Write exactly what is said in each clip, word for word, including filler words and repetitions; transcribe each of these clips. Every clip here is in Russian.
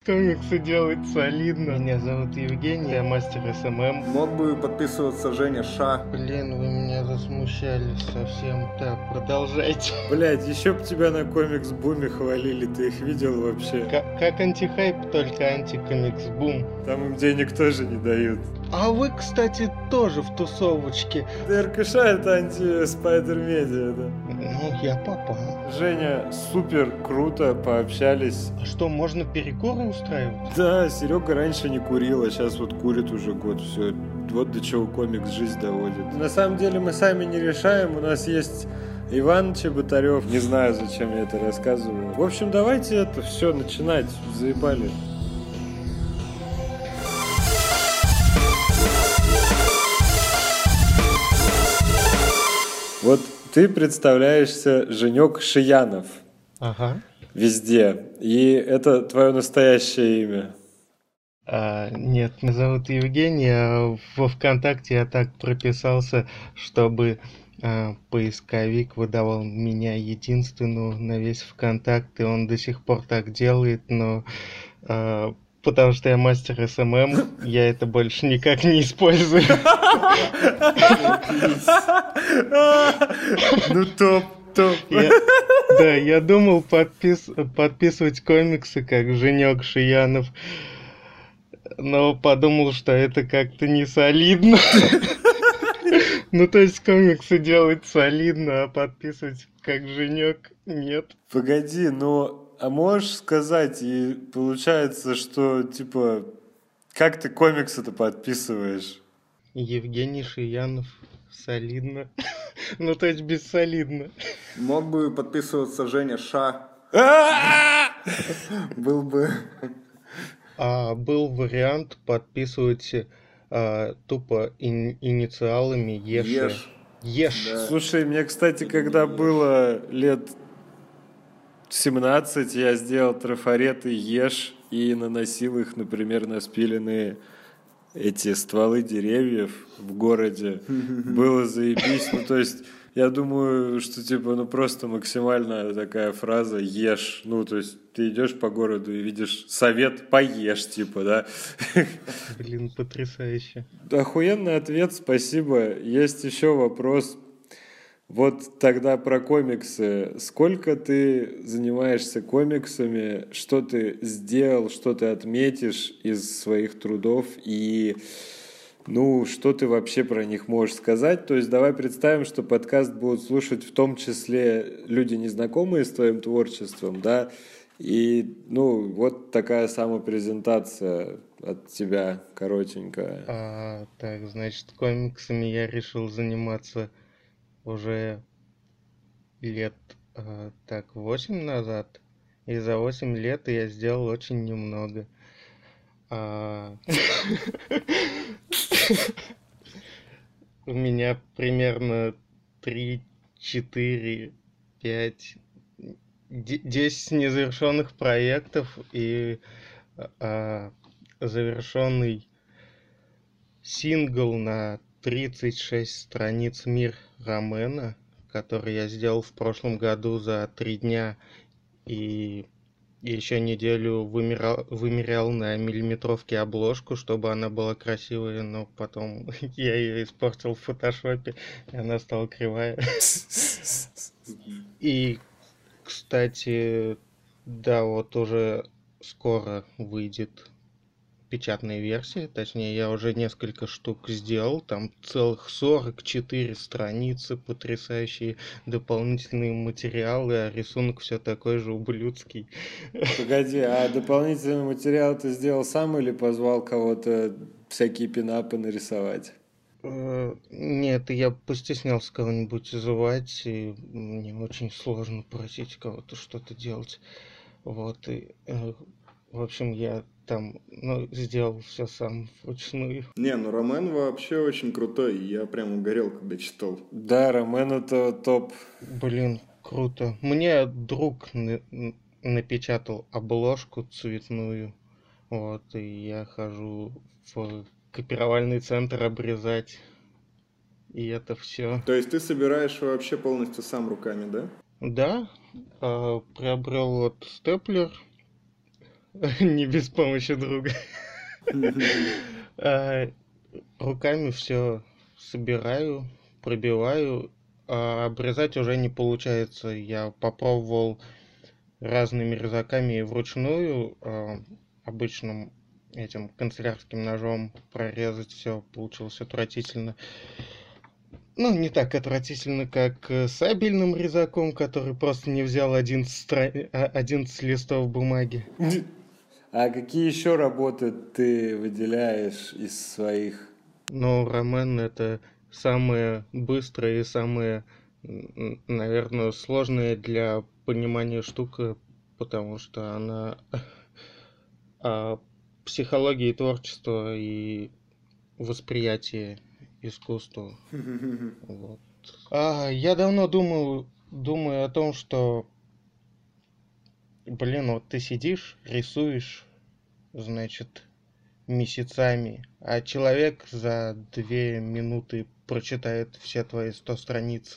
Комиксы делать солидно. Меня зовут Евгений, я мастер эс эм эм. Мог бы подписываться Женя Ша. Блин, вы меня засмущали совсем. Так, продолжайте. Блять, еще б тебя на комикс-буме хвалили, ты их видел вообще? Как, как антихайп, только антикомикс-бум. Там им денег тоже не дают. А вы, кстати, тоже в тусовочке. ДРКШ это анти-спайдер-медиа, да? Ну, я попал. Женя, супер круто пообщались. А что, можно перекуры устраивать? Да, Серега раньше не курил, а сейчас вот курит уже год, все. Вот до чего комикс жизнь доводит. На самом деле мы сами не решаем, у нас есть Иван Чеботарев. Не знаю, зачем я это рассказываю. В общем, давайте это все начинать, заебали. Вот ты представляешься Женек Шиянов. Ага. Везде. И это твое настоящее имя. А, нет, меня зовут Евгений, а во ВКонтакте я так прописался, чтобы а, поисковик выдавал меня единственную на весь ВКонтакт, и он до сих пор так делает, но а, потому что я мастер эс эм эм, я это больше никак не использую. Ну топ, топ. Да, я думал подпис, подписывать комиксы, как Женек Шиянов, но подумал, что это как-то не солидно. Ну, то есть комиксы делать солидно, а подписывать как Женек нет. Погоди, ну, а можешь сказать, и получается, что, типа, как ты комиксы-то подписываешь? Евгений Шиянов. Солидно. Ну, то есть бессолидно. Мог бы подписываться Женя Ша. Был бы... А был вариант подписывать а, тупо ин- инициалами Еш. Еш. Еш. Да. Слушай, мне, кстати, когда было лет семнадцать, я сделал трафареты Еш и наносил их, например, на спиленные эти стволы деревьев в городе. Было заебись. Ну, то есть, я думаю, что, типа, ну, просто максимально такая фраза «ешь». Ну, то есть, ты идешь по городу и видишь совет «поешь», типа, да? Блин, потрясающе. Охуенный ответ, спасибо. Есть еще вопрос. Вот тогда про комиксы. Сколько ты занимаешься комиксами? Что ты сделал, что ты отметишь из своих трудов? И, ну, что ты вообще про них можешь сказать? То есть давай представим, что подкаст будут слушать в том числе люди, незнакомые с твоим творчеством, да? И, ну, вот такая самопрезентация от тебя, коротенькая. А, так, значит, комиксами я решил заниматься уже лет а, так восемь назад. И за восемь лет я сделал очень немного. А, У меня примерно три, четыре, пять, десять незавершенных проектов и а, завершенный сингл на тридцать шесть страниц «Мир Ромена», который я сделал в прошлом году за три дня и еще неделю вымерял, вымерял на миллиметровке обложку, чтобы она была красивая, но потом я ее испортил в фотошопе, и она стала кривая. И, кстати, да, вот уже скоро выйдет печатная версия, точнее, я уже несколько штук сделал, там целых сорок четыре страницы, потрясающие дополнительные материалы, а рисунок все такой же ублюдский. Погоди, а дополнительный материал ты сделал сам или позвал кого-то всякие пинапы нарисовать? Нет, я постеснялся кого-нибудь звать, и мне очень сложно просить кого-то что-то делать. Вот, и, в общем, я там, ну, сделал все сам вручную. Не, ну Ромен вообще очень крутой. Я прям угорел, когда читал. Да, Ромен это топ. Блин, круто. Мне друг на- напечатал обложку цветную. Вот, и я хожу в копировальный центр обрезать. И это все. То есть ты собираешь вообще полностью сам руками, да? Да, а, приобрел вот степлер Не без помощи друга. А, Руками все собираю, пробиваю, а обрезать уже не получается. Я попробовал разными резаками и вручную, а, обычным этим канцелярским ножом прорезать все получилось отвратительно. Ну, не так отвратительно, как э, сабельным резаком, который просто не взял одиннадцать, стра... а, одиннадцать листов бумаги. А какие еще работы ты выделяешь из своих? Но Ромен это самое быстрое и самое, м, наверное, сложное для понимания штука, потому что она о психологии творчества и восприятии искусства. Вот. А, я давно думаю, думаю о том, что, блин, вот ты сидишь, рисуешь, значит, месяцами, а человек за две минуты прочитает все твои сто страниц.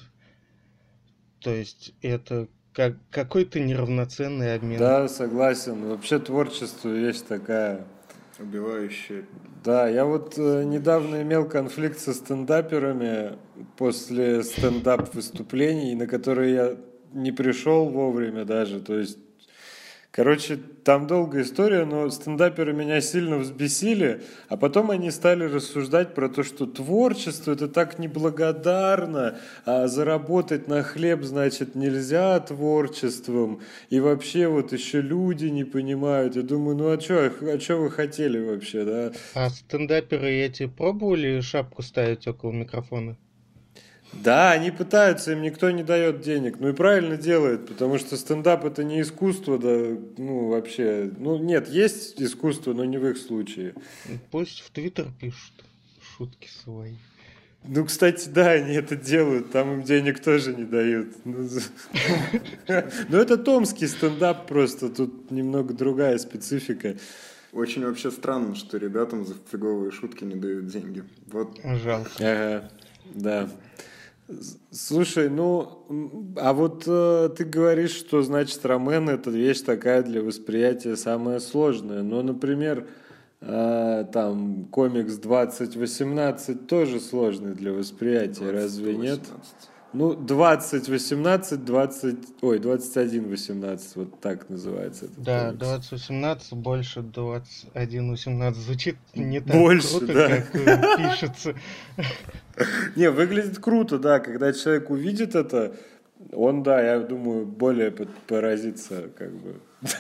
То есть это как какой-то неравноценный обмен. Да, согласен. Вообще творчество вещь такая. Убивающая. Да, я вот э, недавно имел конфликт со стендаперами после стендап-выступлений, на которые я не пришел вовремя даже. То есть, короче, там долгая история, но стендаперы меня сильно взбесили, а потом они стали рассуждать про то, что творчество это так неблагодарно, а заработать на хлеб, значит, нельзя творчеством, и вообще вот еще люди не понимают. Я думаю, ну а что, а что вы хотели вообще, да? А стендаперы эти пробовали шапку ставить около микрофона? Да, они пытаются, им никто не дает денег. Ну и правильно делают, потому что стендап это не искусство, да, ну вообще. Ну нет, есть искусство, но не в их случае. Пусть в Твиттер пишут шутки свои. Ну, кстати, да, они это делают, там им денег тоже не дают. Ну, это томский стендап просто, тут немного другая специфика. Очень вообще странно, что ребятам за фиговые шутки не дают деньги. Вот. Жалко. Ага, да. Слушай, ну, а вот э, ты говоришь, что, значит, ромен это вещь такая для восприятия самая сложная. Но, например, э, там комикс двадцать восемнадцать тоже сложный для восприятия, разве нет? Ну, двадцать восемнадцать, двадцать, ой, двадцать один восемнадцать, вот так называется этот Да, комикс. двадцать восемнадцать больше двадцать один восемнадцать звучит не так Больше, круто, да. как э, пишется. Не, выглядит круто, да, когда человек увидит это, он, да, я думаю, более поразится, как бы.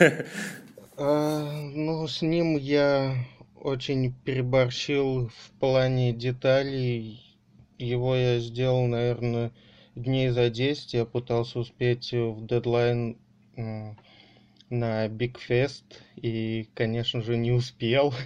А, ну, с ним я очень переборщил в плане деталей. Его я сделал, наверное, дней за десять. Я пытался успеть в дедлайн м, на Big Fest и, конечно же, не успел.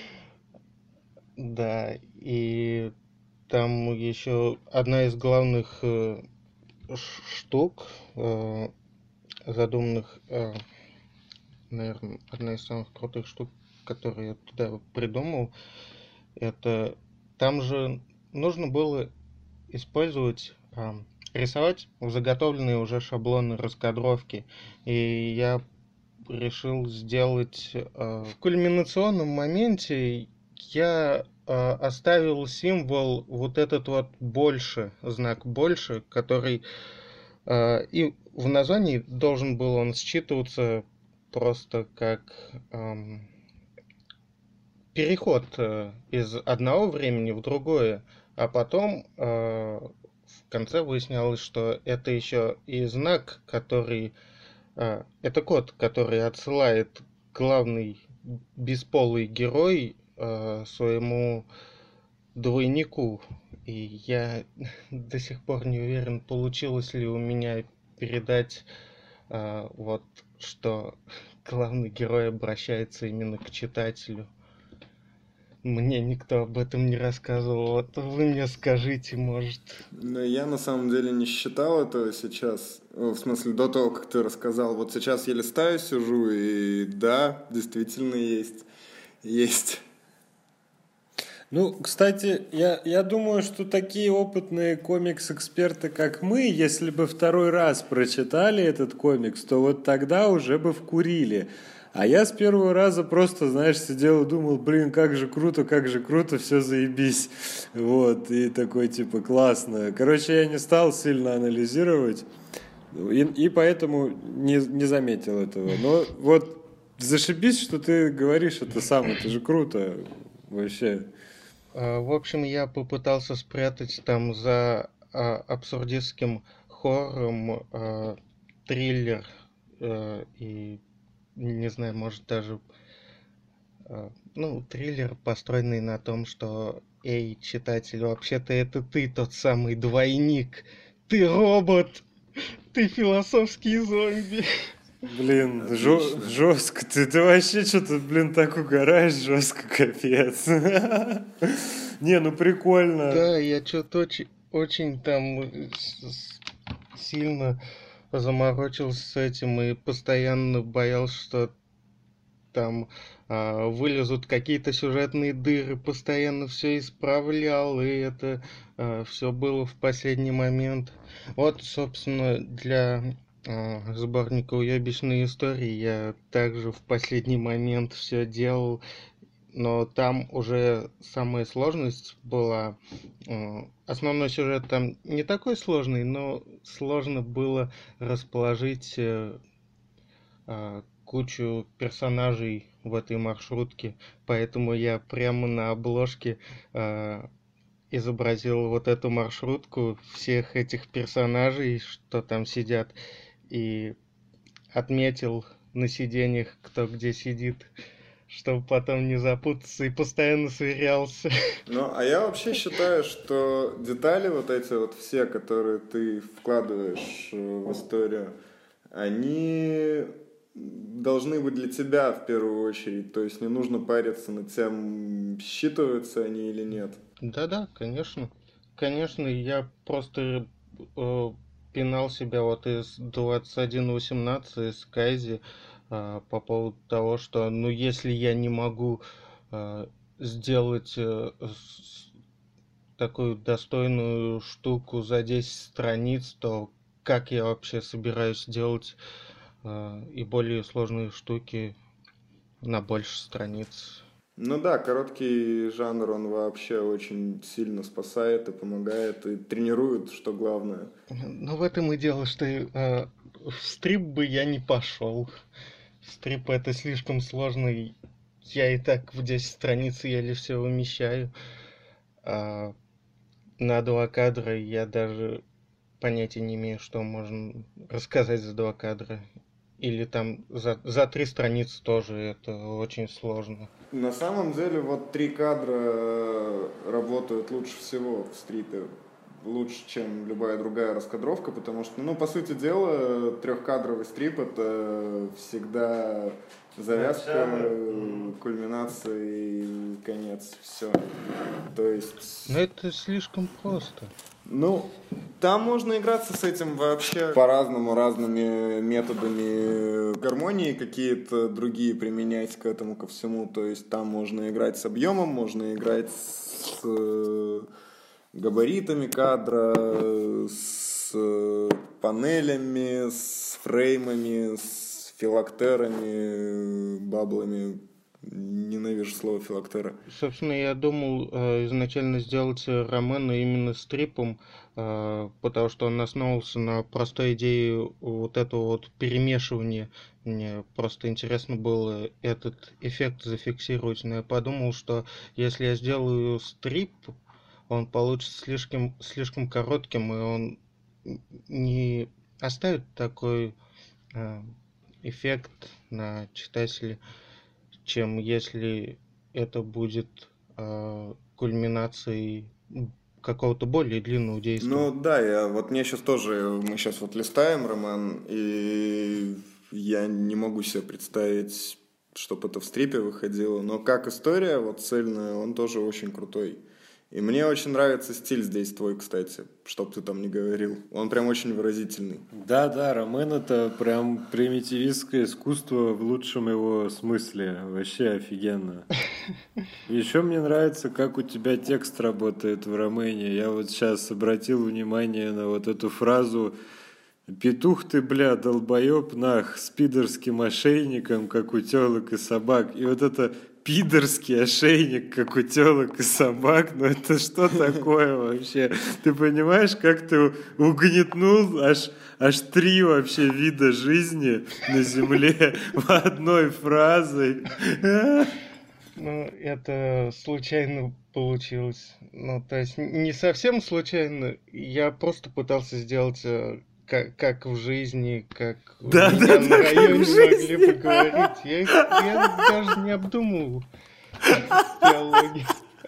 Да, и там еще одна из главных э, ш- штук, э, задуманных, э, наверное, одна из самых крутых штук, которые я туда придумал, это там же нужно было использовать, а, рисовать в заготовленные уже шаблоны раскадровки. И я решил сделать а, в кульминационном моменте я а, оставил символ вот этот вот больше, знак больше, который а, и в названии должен был он считываться просто как ам, переход э, из одного времени в другое, а потом э, в конце выяснялось, что это еще и знак, который, э, это код, который отсылает главный бесполый герой э, своему двойнику. И я до сих пор не уверен, получилось ли у меня передать э, вот, что главный герой обращается именно к читателю. Мне никто об этом не рассказывал. Вот вы мне скажите, может. Но я на самом деле не считал этого сейчас. О, в смысле, до того, как ты рассказал. Вот сейчас я листаю, сижу, и да, действительно есть. Есть. Ну, кстати, я, я думаю, что такие опытные комикс-эксперты, как мы, если бы второй раз прочитали этот комикс, то вот тогда уже бы вкурили. А я с первого раза просто, знаешь, сидел и думал, блин, как же круто, как же круто, все заебись. Вот, и такой, типа, классно. Короче, я не стал сильно анализировать, и, и поэтому не, не заметил этого. Но вот зашибись, что ты говоришь это сам, это же круто вообще. А, В общем, я попытался спрятать там за а, абсурдистским хоррором а, триллер э, и, не знаю, может даже, а, ну, триллер, построенный на том, что, эй, читатель, вообще-то это ты тот самый двойник, ты робот, ты философский зомби. Блин, Отлично. жестко. Ты, ты вообще что-то, блин, так угораешь жестко, капец. Не, ну прикольно. Да, я что-то очень, очень там э, с- с- сильно заморочился с этим и постоянно боялся, что там а, вылезут какие-то сюжетные дыры, постоянно все исправлял, и это все было в последний момент. Вот, собственно, для а, сборника «Уебищные истории» я также в последний момент все делал, но там уже самая сложность была. э, Основной сюжет там не такой сложный, но сложно было расположить э, а, кучу персонажей в этой маршрутке, поэтому я прямо на обложке а, изобразил вот эту маршрутку, всех этих персонажей, что там сидят, и отметил на сиденьях, кто где сидит, чтобы потом не запутаться, и постоянно сверялся. Ну, а я вообще считаю, что детали вот эти вот все, которые ты вкладываешь э, в историю, они должны быть для тебя в первую очередь. То есть не нужно париться над тем, считываются они или нет. Да-да, конечно. Конечно, я просто э, пинал себя вот из двадцать один восемнадцать, из Кайзи, а, по поводу того, что, ну, если я не могу а, сделать э, с- такую достойную штуку за десять страниц, то как я вообще собираюсь делать а, и более сложные штуки на больше страниц? Ну да, короткий жанр, он вообще очень сильно спасает и помогает, и тренирует, что главное. Ну, в этом и дело, что э, в стрип бы я не пошел. Стрип это слишком сложно, и я и так в десять страниц еле все вымещаю. А на два кадра я даже понятия не имею, что можно рассказать за два кадра. Или там за, за три страницы тоже это очень сложно. На самом деле, вот три кадра э, работают лучше всего в стрипе. Лучше, чем любая другая раскадровка, потому что, ну, по сути дела, трехкадровый стрип — это всегда завязка, э, кульминация и конец. Все. То есть... Но это слишком просто. Ну, там можно играться с этим вообще по-разному, разными методами гармонии, какие-то другие применять к этому, ко всему. То есть там можно играть с объемом, можно играть с э, габаритами кадра, с э, панелями, с фреймами, с филактерами, баблами. Ненавижу слово филактера. Собственно, я думал э, изначально сделать э, роман именно стрипом, э, потому что он основывался на простой идее вот этого вот перемешивания. Мне просто интересно было этот эффект зафиксировать, но я подумал, что если я сделаю стрип, он получится слишком, слишком коротким, и он н- не оставит такой э, эффект на читателя, чем если это будет а, кульминацией какого-то более длинного действия. Ну да, я вот мне сейчас тоже, мы сейчас вот листаем роман, и я не могу себе представить, чтобы это в стрипе выходило, но как история, вот цельная, он тоже очень крутой. И мне очень нравится стиль здесь твой, кстати, чтоб ты там не говорил. Он прям очень выразительный. Да, да, Ромен это прям примитивистское искусство в лучшем его смысле. Вообще офигенно. Еще мне нравится, как у тебя текст работает в Ромене. Я вот сейчас обратил внимание на вот эту фразу Петух ты, бля, долбоеб, нах, с пидорским ошейником, как у телок и собак. И вот это пидорский ошейник, как у телок и собак, ну это что такое вообще? Ты понимаешь, как ты угнетнул аж, аж три вообще вида жизни на земле в одной фразой? Ну, это случайно получилось. Ну, то есть не совсем случайно. Я просто пытался сделать э, как, как в жизни, как у Да, меня да, на да, как районе в жизни. могли поговорить. Я, я даже не обдумывал диалоги.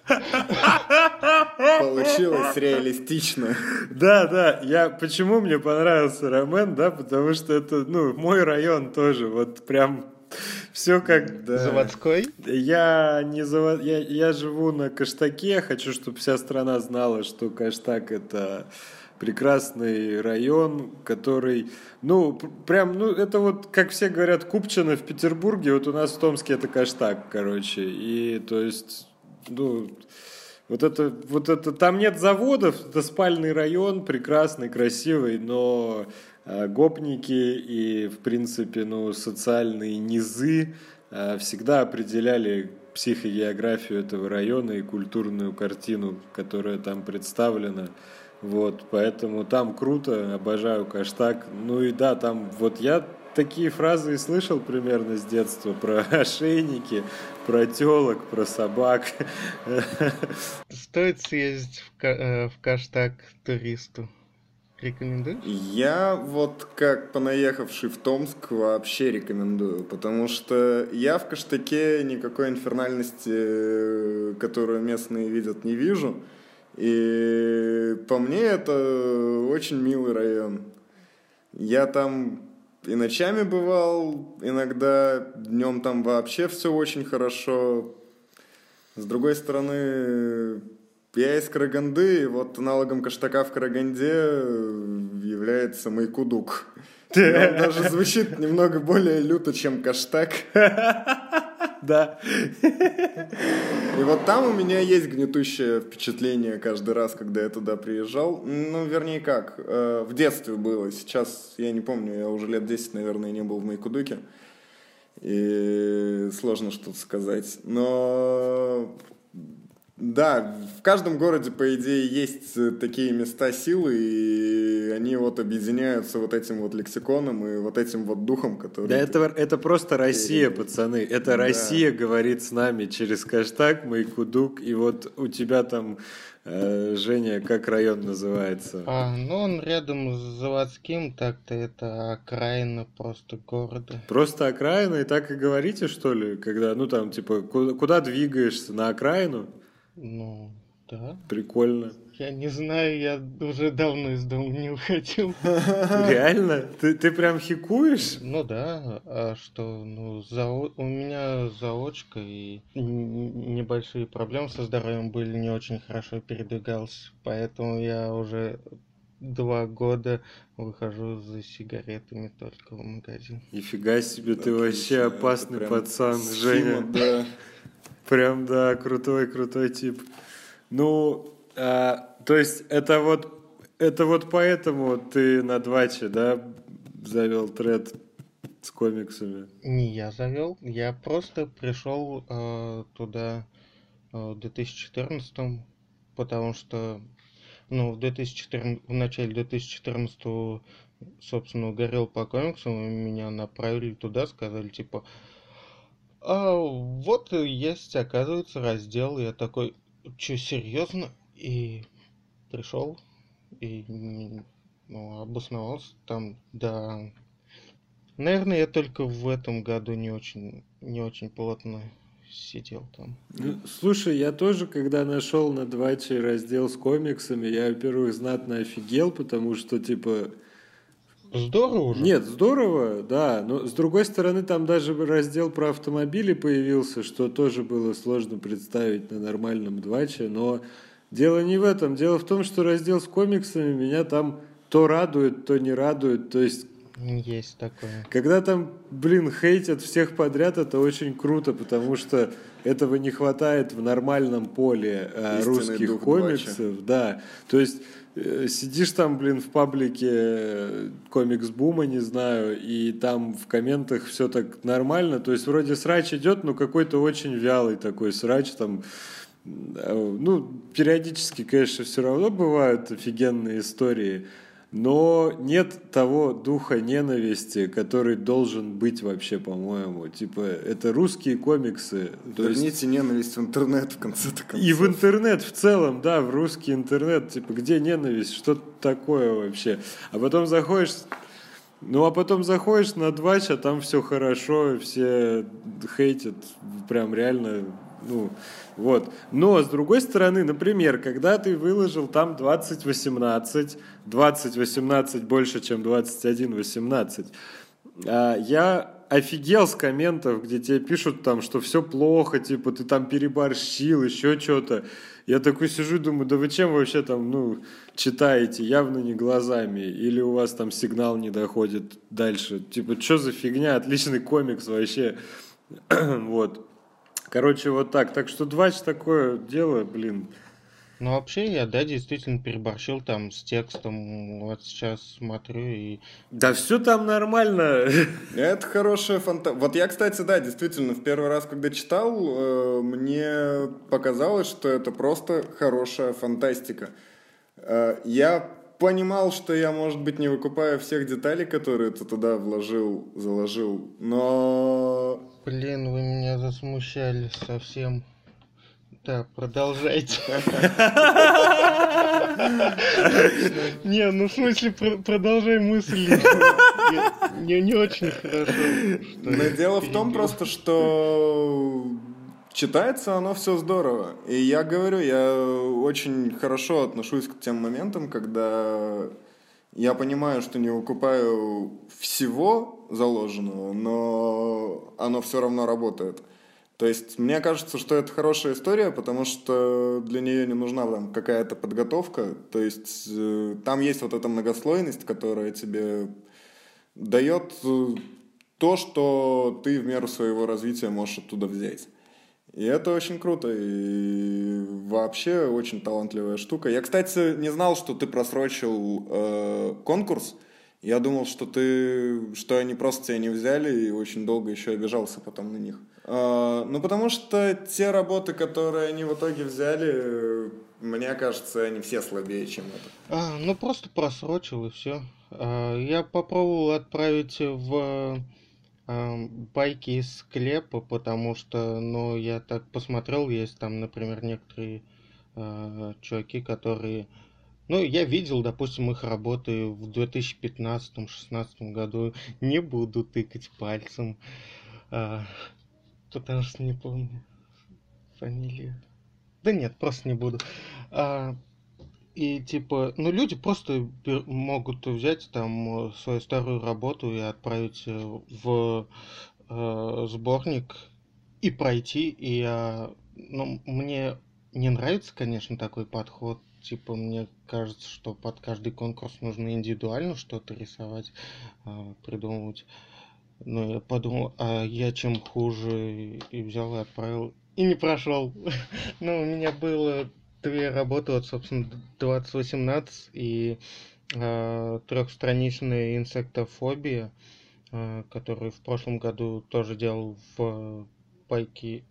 Получилось реалистично. Да, да, я почему мне понравился Ромен, да, потому что это, ну, мой район тоже, вот прям все как... Да. Заводской? Я не заво... я, я живу на Каштаке, хочу, чтобы вся страна знала, что Каштак это прекрасный район, который, ну, п- прям, ну, это вот, как все говорят, Купчино в Петербурге, вот у нас в Томске это Каштак, короче, и, то есть, ну, вот это, вот это, там нет заводов, это спальный район, прекрасный, красивый, но э, гопники и, в принципе, ну, социальные низы э, всегда определяли психогеографию этого района и культурную картину, которая там представлена. Вот, поэтому там круто, обожаю Каштак. Ну и да, там вот я такие фразы и слышал примерно с детства про ошейники, про телок, про собак. Стоит съездить в, Ка- э, в Каштаг туристу. Рекомендуешь? Я вот как понаехавший в Томск вообще рекомендую, потому что я в Каштаке никакой инфернальности, э, которую местные видят, не вижу. И по мне это очень милый район. Я там и ночами бывал, иногда днем там вообще все очень хорошо. С другой стороны, я из Караганды, и вот аналогом Каштака в Караганде является Майкудук. И он даже звучит немного более люто, чем Каштак. Да. И вот там у меня есть гнетущее впечатление каждый раз, когда я туда приезжал. Ну, вернее, как, э, в детстве было. Сейчас, я не помню, я уже лет десять, наверное, не был в Майкудуке. И сложно что-то сказать. Но да, в каждом городе, по идее, есть такие места силы, и они вот объединяются вот этим вот лексиконом и вот этим вот духом, который... Да это, это просто Россия, пацаны. Это Да. Россия говорит с нами через Каштак, Майкудук. И вот у тебя там, э, Женя, как район называется? А, ну он рядом с заводским, так-то это окраина просто города. Просто окраина, и так и говорите, что ли? Когда, ну там, типа, куда, куда двигаешься? На окраину? Ну, да. Прикольно. Я не знаю, я уже давно из дома не уходил. Реально? Ты, ты прям хикуешь? Ну да, а что, ну, зао- у меня заочка и н- небольшие проблемы со здоровьем были, не очень хорошо передвигался, поэтому я уже два года выхожу за сигаретами только в магазин. Нифига себе, ты вообще Отлично, опасный это прям пацан, схема, Женя. да. Прям, да, крутой, крутой тип. Ну, а, то есть это вот, это вот поэтому ты на Дваче, да, завел тред с комиксами? Не я завел, я просто пришел э, туда э, в две тысячи четырнадцатом, потому что, ну, в две тысячи четырнадцатом, в начале две тысячи четырнадцатого, собственно, угорел по комиксам, и меня направили туда, сказали, типа, а вот есть, оказывается, раздел. Я такой, че, серьезно? И пришел, и м, ну, обосновался там, да. Наверное, я только в этом году не очень, не очень плотно сидел там. Ну, слушай, я тоже, когда нашел на Дваче раздел с комиксами, я, во-первых, знатно офигел, потому что, типа, Здорово уже. нет, здорово, да, но с другой стороны там даже раздел про автомобили появился, что тоже было сложно представить на нормальном Дваче, но дело не в этом, дело в том, что раздел с комиксами меня там то радует, то не радует, то есть Есть такое. Когда там, блин, хейтят всех подряд, это очень круто, потому что этого не хватает в нормальном поле э, русских комиксов. Двача. Да, то есть э, сидишь там, блин, в паблике комикс-бума, не знаю, и там в комментах все так нормально, то есть вроде срач идет, но какой-то очень вялый такой срач там. Ну, периодически, конечно, все равно бывают офигенные истории, но нет того духа ненависти, который должен быть вообще, по-моему. Типа, это русские комиксы. Верните есть... ненависть в интернет, в конце-то концов. И в интернет в целом, да, в русский интернет. Типа, где ненависть? Что такое вообще? А потом заходишь... Ну, а потом заходишь на Двач, а там все хорошо, все хейтят, прям реально... Ну, вот. Но, с другой стороны, например, когда ты выложил там двадцать восемнадцать, двадцать восемнадцать больше, чем двадцать один восемнадцать, я офигел с комментов, где тебе пишут там, что все плохо, типа, ты там переборщил, еще что-то. Я такой сижу и думаю, да вы чем вообще там, ну, читаете, явно не глазами, или у вас там сигнал не доходит дальше. Типа, что за фигня, отличный комикс вообще. Вот. Короче, вот так. Так что Двач такое дело, блин. Ну, вообще, я, да, действительно переборщил там с текстом. Вот сейчас смотрю и... Да все там нормально. Это хорошая фантазия. Вот я, кстати, да, действительно, в первый раз, когда читал, э, мне показалось, что это просто хорошая фантастика. Э, я понимал, что я, может быть, не выкупаю всех деталей, которые ты туда вложил, заложил, но... Блин, вы меня засмущали совсем. Да, продолжайте. Не, ну в смысле, продолжай мысль. Не очень хорошо. Но дело в том просто, что читается оно все здорово. И я говорю, я очень хорошо отношусь к тем моментам, когда я понимаю, что не выкупаю всего заложенного, но оно все равно работает. То есть мне кажется, что это хорошая история, потому что для нее не нужна там какая-то подготовка. То есть э, там есть вот эта многослойность, которая тебе дает то, что ты в меру своего развития можешь оттуда взять. И это очень круто. И вообще очень талантливая штука. Я, кстати, не знал, что ты просрочил э, конкурс. Я думал, что ты, что они просто тебя не взяли, и очень долго еще обижался потом на них. А, ну, потому что те работы, которые они в итоге взяли, мне кажется, они все слабее, чем это. А, ну, просто просрочил, и все. А, я попробовал отправить в а, байки из склепа, потому что, ну, я так посмотрел, есть там, например, некоторые а, чуваки, которые... Ну, я видел, допустим, их работы в две тысячи пятнадцатом-шестнадцатом году. Не буду тыкать пальцем, а, потому что не помню фамилию. Да нет, просто не буду. А, и типа, ну, люди просто могут взять там свою старую работу и отправить в э, сборник и пройти. И я, ну, мне не нравится, конечно, такой подход. Типа, мне кажется, что под каждый конкурс нужно индивидуально что-то рисовать, придумывать. Но я подумал, а я чем хуже, и взял и отправил. И не прошел. Ну, у меня было две работы, вот, собственно, двадцать восемнадцать и э, трехстраничная инсектофобия, э, которую в прошлом году тоже делал в байки...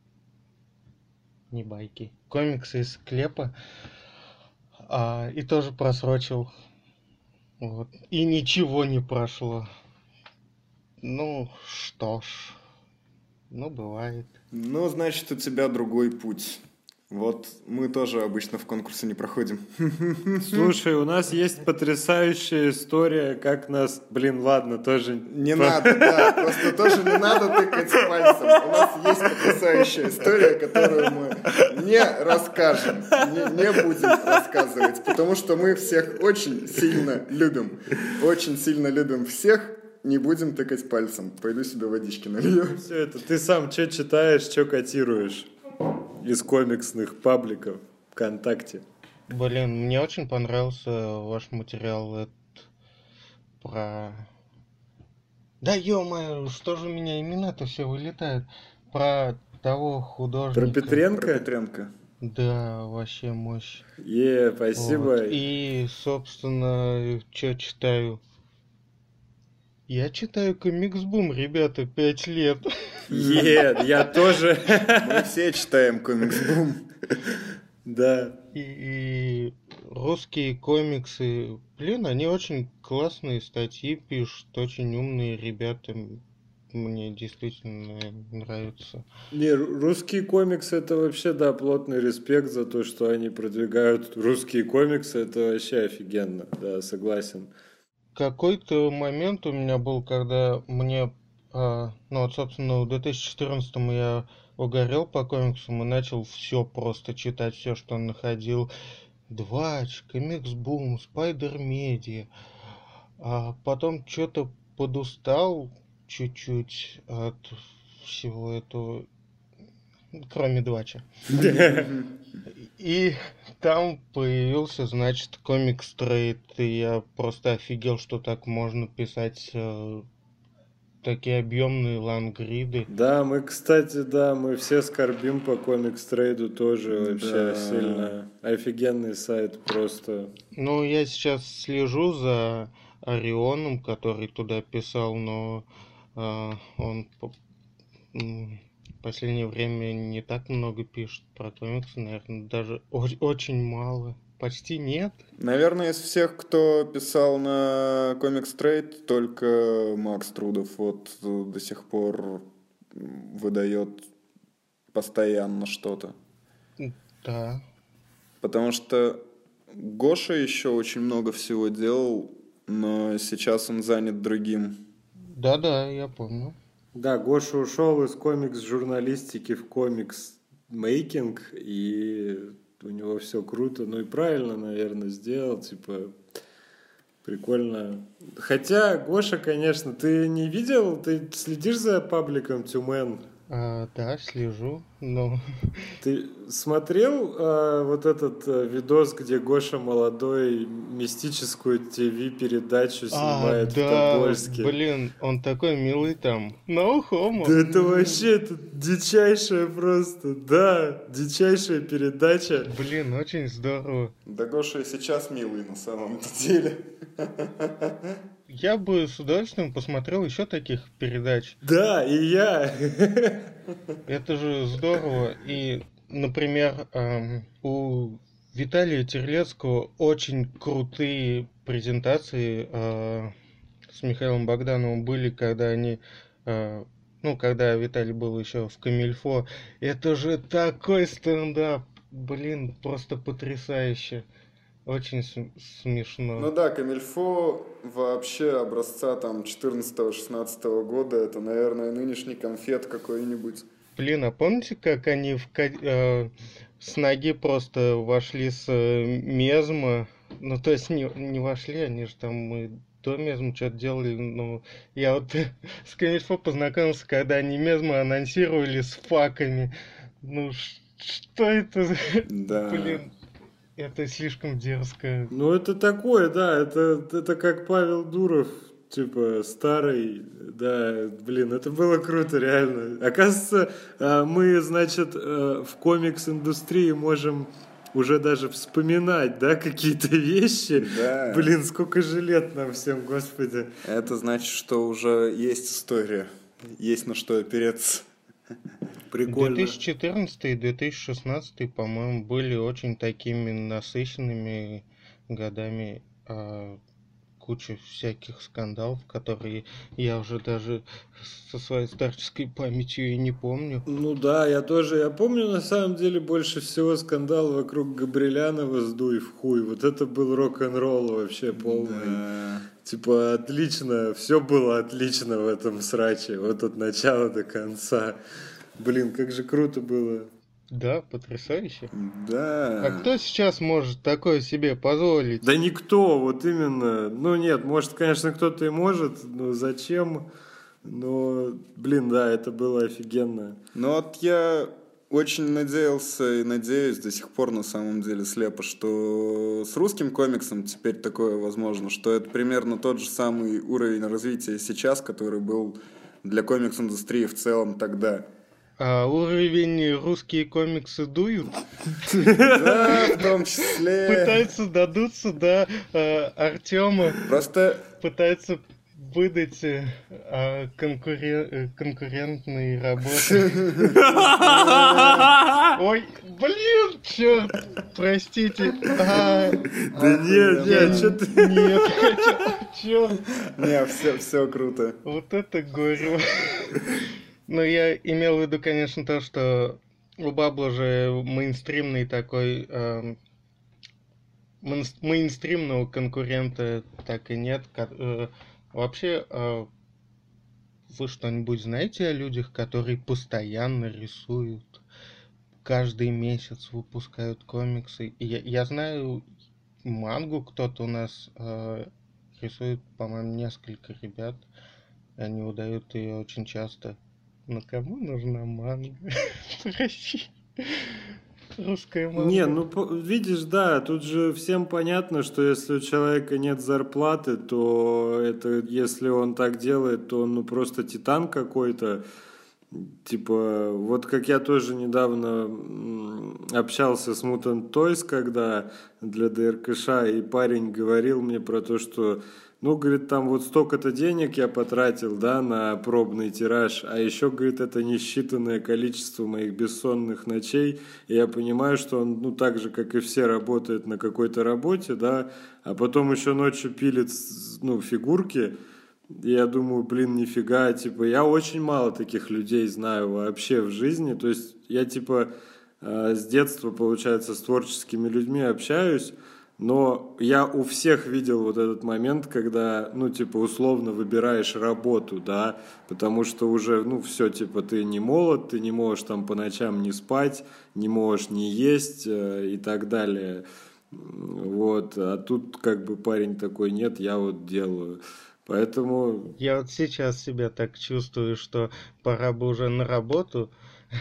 Не байки. Комиксы из склепа. А, и тоже просрочил. Вот. И ничего не прошло. Ну, что ж. Ну, бывает. Ну, значит, у тебя другой путь. Вот мы тоже обычно в конкурсе не проходим. Слушай, у нас есть потрясающая история, как нас... Блин, ладно, тоже... Не надо, да, просто тоже не надо тыкать пальцем. У нас есть потрясающая история, которую мы не расскажем, не, не будем рассказывать, потому что мы всех очень сильно любим. Очень сильно любим всех. Не будем тыкать пальцем. Пойду себе водички налью. Все это, ты сам что читаешь, что котируешь из комиксных пабликов ВКонтакте? Блин, мне очень понравился ваш материал этот про Да ё-моё, что же у меня имена-то все вылетают? Про того Про художника. Про Петренко? Петренко. Да, вообще мощь. Е, Вот. спасибо. И, собственно, что читаю? Я читаю комикс Бум, ребята, пять лет. Е, я тоже. Мы все читаем комикс Бум. Да. И, и русские комиксы, блин, они очень классные статьи пишут, очень умные ребята. Мне действительно нравится. Не, ру- русские комиксы это вообще, да, плотный респект за то, что они продвигают русские комиксы, это вообще офигенно, да, согласен. Какой-то момент у меня был, когда мне, а, ну вот, собственно, в две тысячи четырнадцатом я угорел по комиксам и начал все просто читать, все, что находил. Двач, Комикс Бум, Спайдер Медиа. А потом что-то подустал чуть-чуть от всего этого, кроме Двача. И там появился, значит, комикс трейд, и я просто офигел, что так можно писать э, такие объемные лангриды. Да, мы, кстати, да, мы все скорбим по комикс-трейду тоже вообще Да. сильно. Офигенный сайт просто. Ну, я сейчас слежу за Орионом, который туда писал, но э, он по- м, в последнее время не так много пишет про комиксы, наверное, даже о- очень мало. Почти нет. Наверное, из всех, кто писал на комикс трейд, только Макс Трудов вот э, до сих пор выдает постоянно что-то. Да. Потому что Гоша еще очень много всего делал, но сейчас он занят другим. Да-да, я помню. Да, Гоша ушел из комикс-журналистики в комикс-мейкинг, и у него все круто. Ну и правильно, наверное, сделал, типа, прикольно. Хотя, Гоша, конечно, ты не видел, ты следишь за пабликом Тюмен? А, да, слежу, но Ты смотрел а, вот этот а, видос, где Гоша молодой мистическую ТВ-передачу а, снимает в да, Тобольске? блин, он такой милый там. No homo. Да это вообще это дичайшая просто, да, дичайшая передача. Блин, очень здорово. Да Гоша и сейчас милый на самом деле. Я бы с удовольствием посмотрел еще таких передач. Да, и я. Это же здорово. И, например, эм, у Виталия Терлецкого очень крутые презентации э, с Михаилом Богдановым были, когда они, э, ну, когда Виталий был еще в Камильфо. Это же такой стендап, блин, просто потрясающе, очень см- смешно. Ну да, Камильфо вообще образца там четырнадцатого-шестнадцатого года, это, наверное, нынешний конфет какой-нибудь. Блин, а помните, как они в, ка- э, с ноги просто вошли с э, мезма? Ну, то есть не, не вошли, они же там мы до мезма что-то делали. Ну, я вот с Камильфо познакомился, когда они мезма анонсировали с факами. Ну, ш- что это за... Да. Блин, это слишком дерзко. Ну это такое, да, это, это как Павел Дуров, типа старый, да, блин, это было круто, реально. Оказывается, а, мы, значит, э, в комикс-индустрии можем уже даже вспоминать, да, какие-то вещи. Да. Блин, сколько же лет нам всем, господи. Это значит, что уже есть история, есть на что опереться. Прикольно. две тысячи четырнадцатый и две тысячи шестнадцатый, по-моему, были очень такими насыщенными годами. а, Куча всяких скандалов, которые я уже даже со своей старческой памятью и не помню. Ну да, я тоже, я помню на самом деле больше всего скандал вокруг Габрилянова «Сдуй в хуй». Вот это был рок-н-ролл вообще полный. Да. Типа отлично, все было отлично в этом сраче, вот от начала до конца. Блин, как же круто было. Да, потрясающе. Да. А кто сейчас может такое себе позволить? Да никто, вот именно. Ну нет, может, конечно, кто-то и может, но зачем? Но, блин, да, это было офигенно. Ну вот я очень надеялся и надеюсь до сих пор на самом деле слепо, что с русским комиксом теперь такое возможно, что это примерно тот же самый уровень развития сейчас, который был для комикс-индустрии в целом тогда. А уровень русские комиксы дуют? Да, в том числе. Пытаются додуться до э, Артема. Просто пытаются выдать э, конкурен... конкурентные работы. Ой, блин, черт, простите. А, Да нет, нет, что ты... Нет, черт. Не, все, все круто. Вот это горе. Но я имел в виду, конечно, то, что у Бабла же мейнстримный такой... Э, мейнстримного конкурента так и нет. Э, вообще, э, вы что-нибудь знаете о людях, которые постоянно рисуют, каждый месяц выпускают комиксы? Я, я знаю мангу, кто-то у нас э, рисует, по-моему, несколько ребят. Они выдают ее очень часто. Но кому нужна манга? Прости. Русская манга. Не, ну видишь, да, тут же всем понятно, что если у человека нет зарплаты, то это, если он так делает, то он ну просто титан какой-то. Типа, вот как я тоже недавно общался с Mutant Toys, когда для ДРКШ, и парень говорил мне про то, что ну, говорит, там вот столько-то денег я потратил, да, на пробный тираж, а еще, говорит, это несчитанное количество моих бессонных ночей, и я понимаю, что он, ну, так же, как и все, работает на какой-то работе, да, а потом еще ночью пилит, ну, фигурки, и я думаю, блин, нифига, типа, я очень мало таких людей знаю вообще в жизни, то есть я, типа, с детства, получается, с творческими людьми общаюсь, но я у всех видел вот этот момент, когда, ну, типа, условно выбираешь работу, да, потому что уже, ну, все, типа, ты не молод, ты не можешь там по ночам не спать, не можешь не есть э, и так далее. Вот, а тут как бы парень такой, нет, я вот делаю. Поэтому... Я вот сейчас себя так чувствую, что пора бы уже на работу.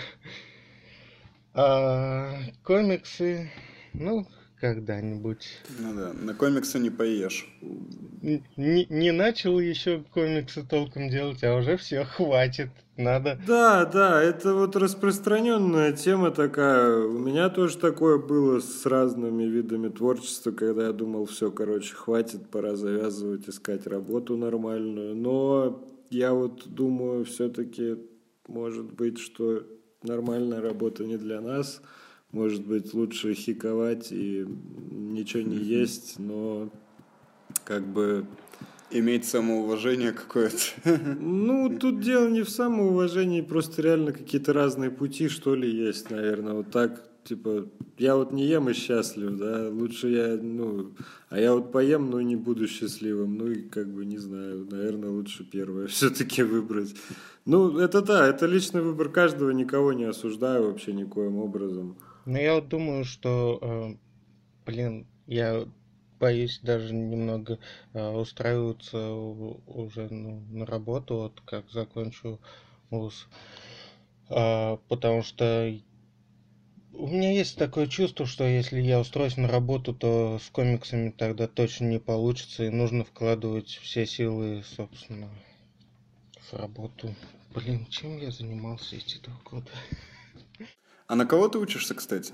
А комиксы, ну... когда-нибудь. Ну да, на комиксы не поешь. Не, не начал еще комиксы толком делать, а уже все, хватит, надо. Да, да, это вот распространенная тема такая. У меня тоже такое было с разными видами творчества, когда я думал, все, короче, хватит, пора завязывать, искать работу нормальную. Но я вот думаю, все-таки может быть, что нормальная работа не для нас. Может быть, лучше хиковать и ничего не есть, но как бы... Иметь самоуважение какое-то. Ну, тут дело не в самоуважении, просто реально какие-то разные пути, что ли, есть, наверное. Вот так, типа, я вот не ем и счастлив, да, лучше я, ну... А я вот поем, но не буду счастливым. Ну, и как бы, не знаю, наверное, лучше первое все-таки выбрать. Ну, это да, это личный выбор каждого, никого не осуждаю вообще никоим образом. Ну, я вот думаю, что, э, блин, я боюсь даже немного э, устраиваться уже ну, на работу, вот как закончу вуз. Э, потому что у меня есть такое чувство, что если я устроюсь на работу, то с комиксами тогда точно не получится, и нужно вкладывать все силы, собственно, в работу. Блин, чем я занимался эти два года? А на кого ты учишься, кстати?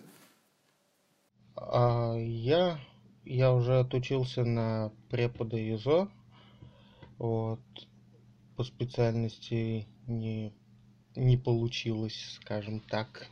А я, я уже отучился на препода ЮЗО. Вот. По специальности не, не получилось, скажем так.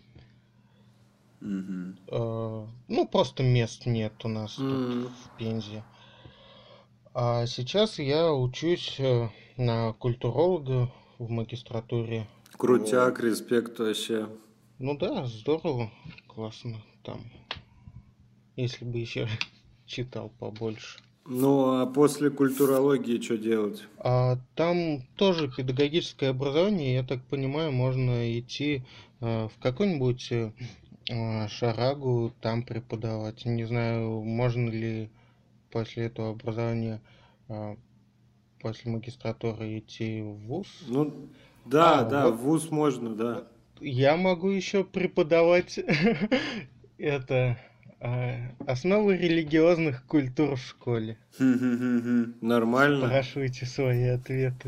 Угу. А, ну, просто мест нет у нас Mm. тут в Пензе. А сейчас я учусь на культуролога в магистратуре. Крутяк, респект вообще. Ну да, здорово, классно там. Если бы еще читал побольше. Ну, а после культурологии что делать? А там тоже педагогическое образование, я так понимаю, можно идти э, в какую-нибудь э, шарагу, там преподавать. Не знаю, можно ли после этого образования, э, после магистратуры идти в вуз. Ну, да, А, да, вот. в вуз можно, да. я могу еще преподавать это а, основы религиозных культур в школе. Нормально. Спрашивайте свои ответы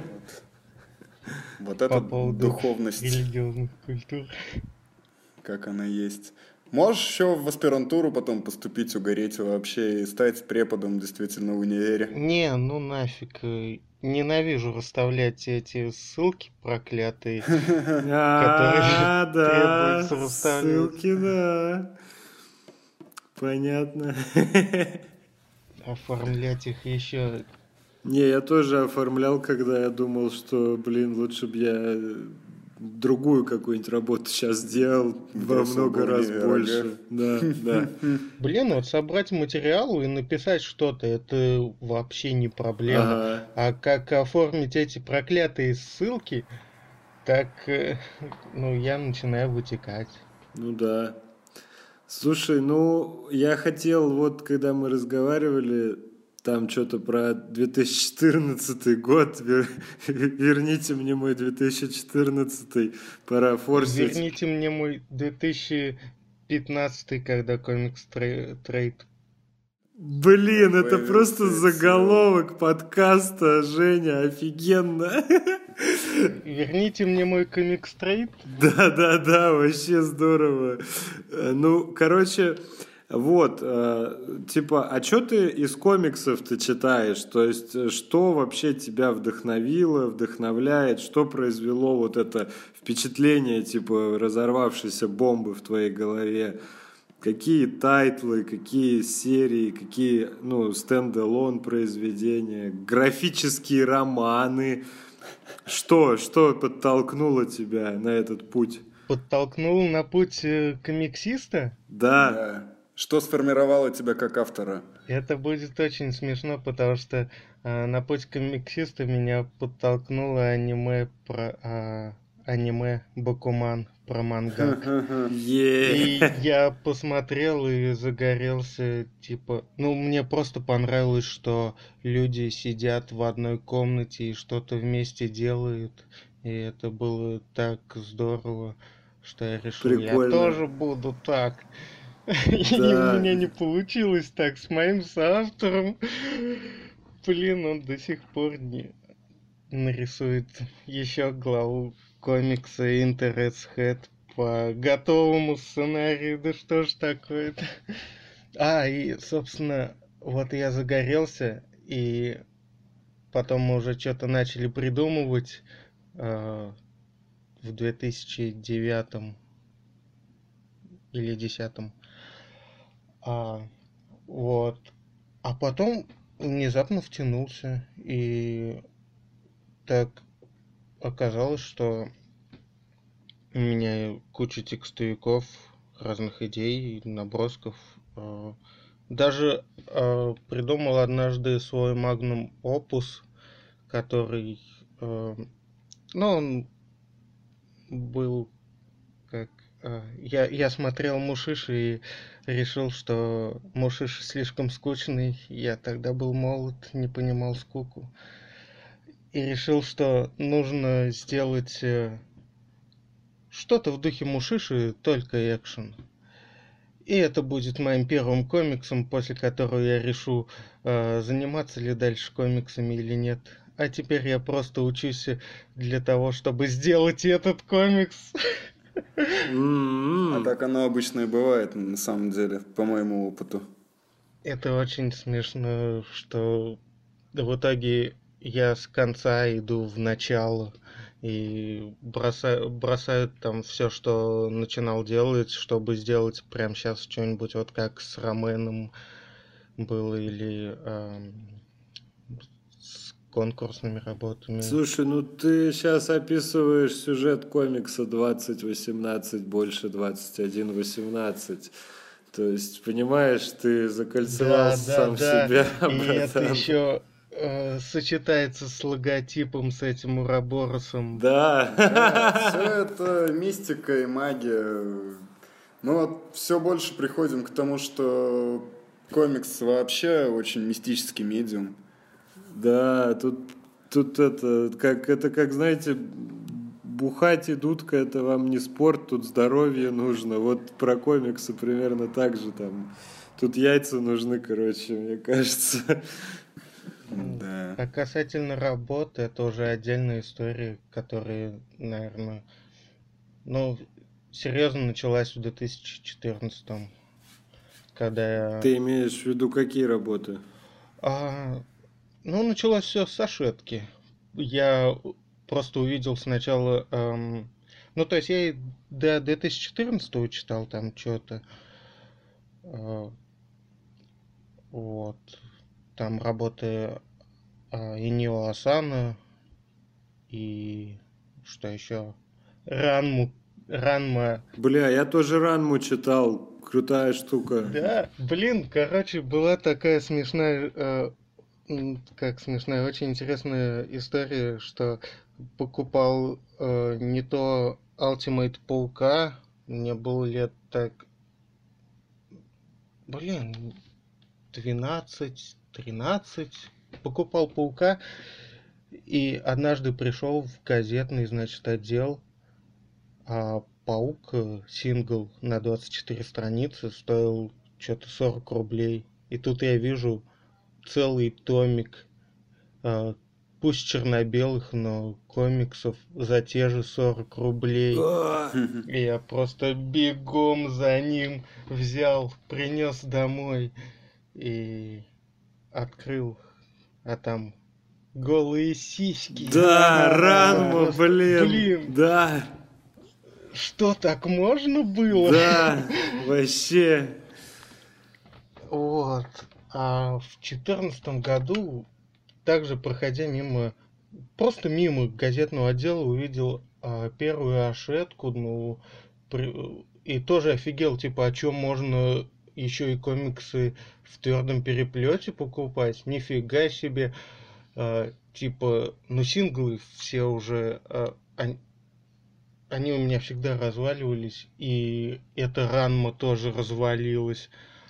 Вот по это поводу духовность, религиозных культур. как она есть. Можешь еще в аспирантуру потом поступить, угореть вообще и стать преподом действительно в универе. Не, ну нафиг. э, Ненавижу расставлять эти ссылки проклятые, которые А, да, требуется расставлять. ссылки, да. Понятно. Оформлять их еще. Не, я тоже оформлял, когда я думал, что, блин, лучше бы я другую какую-нибудь работу сейчас сделал во Бросил много бы раз универ, больше. Да, да. Блин, вот собрать материал и написать что-то, это вообще не проблема. Ага. А как оформить эти проклятые ссылки, так, э, ну, я начинаю вытекать. Ну да. Слушай, ну, я хотел, вот когда мы разговаривали, там что-то про две тысячи четырнадцатый год, вер- верните мне мой две тысячи четырнадцатый, пора форсить. Верните мне мой две тысячи пятнадцатый, когда комикс трей- трейд. Блин, это Появился просто цел. заголовок подкаста, Женя, офигенно. Верните мне мой комикс трейд. Да, да, да, вообще здорово. Э, Ну, короче, вот, э, типа, а что ты из комиксов ты читаешь? То есть, э, что вообще тебя вдохновило, вдохновляет, что произвело вот это впечатление, типа, разорвавшейся бомбы в твоей голове? Какие тайтлы, какие серии, какие, ну, стендалон произведения, графические романы? Что, что подтолкнуло тебя на этот путь? Подтолкнул на путь э, комиксиста. Да, Да. Что сформировало тебя как автора? Это будет очень смешно, потому что э, на путь комиксиста меня подтолкнуло аниме про а, аниме Бакуман про мангак. И е я посмотрел и загорелся, типа, ну, мне просто понравилось, что люди сидят в одной комнате и что-то вместе делают. И это было так здорово, что я решил, я прикольно. тоже буду так. И у Да, меня не получилось так с моим соавтором. Блин, он до сих пор не нарисует еще главу комикса Interest Head по готовому сценарию. Да что ж такое-то? А, и, собственно, вот я загорелся, и потом мы уже что-то начали придумывать э, в две тысячи девятом или десятом. А, вот. А потом внезапно втянулся, и так оказалось, что у меня куча текстовиков, разных идей, набросков. э. Даже э, придумал однажды свой магнум опус, который, э, ну, он был как... э, я, я смотрел Мушиши и решил, что Мушиши слишком скучный. Я тогда был молод, не понимал скуку. И решил, что нужно сделать э, что-то в духе Мушиши, только экшен. И это будет моим первым комиксом, после которого я решу, э, заниматься ли дальше комиксами или нет. А теперь я просто учусь для того, чтобы сделать этот комикс. А М-м. так оно обычно и бывает, на самом деле, по моему опыту. Это очень смешно, что в итоге я с конца иду в начало и бросаю, бросаю там все, что начинал делать, чтобы сделать прямо сейчас что-нибудь вот как с Роменом было или эм, с конкурсными работами. Слушай, ну ты сейчас описываешь сюжет комикса двадцать восемнадцать больше двадцать один восемнадцать. То есть, понимаешь, ты закольцевал Да, да, сам да. себя, И это братан. еще э, сочетается с логотипом, с этим Уроборосом. Да. Да, все это мистика и магия. Ну вот все больше приходим к тому, что комикс вообще очень мистический медиум. Да, тут, тут это, как, это как, знаете, бухать и дудка это вам не спорт, тут здоровье нужно. Вот про комиксы примерно так же там. Тут яйца нужны, короче, мне кажется. Да. А касательно работы, это уже отдельная история, которая, наверное, ну, серьезно началась в две тысячи четырнадцатом, когда я... Ты имеешь в виду какие работы? А, ну, началось все с Ашетки. Я просто увидел сначала... эм, ну, то есть я и до две тысячи четырнадцатого читал там что-то. Вот. Там работы а, Инио Асана и что еще? Ранму. Ранма. Бля, я тоже Ранму читал. Крутая штука. Да, блин, короче, была такая смешная, э, м, как смешная, очень интересная история, что покупал э, не то Ultimate Паука, мне было лет так, блин, двенадцать тринадцать, покупал Паука, и однажды пришел в газетный, значит, отдел, а Паук э, сингл на двадцать четыре страницы стоил что-то сорок рублей. И тут я вижу целый томик, э, пусть черно-белых, но комиксов за те же сорок рублей. И я просто бегом за ним взял, принес домой и открыл, а там голые сиськи. Да, Ранму, Просто, блин. блин, Да, что так можно было? да, вообще. Вот. А в четырнадцатом году, также проходя мимо, просто мимо газетного отдела, увидел а, первую Ашетку, ну, при- и тоже офигел, типа, о чем можно еще и комиксы в твердом переплете покупать. Нифига себе. А, типа, ну, синглы все уже, а, они, они у меня всегда разваливались, и эта Ранма тоже развалилась.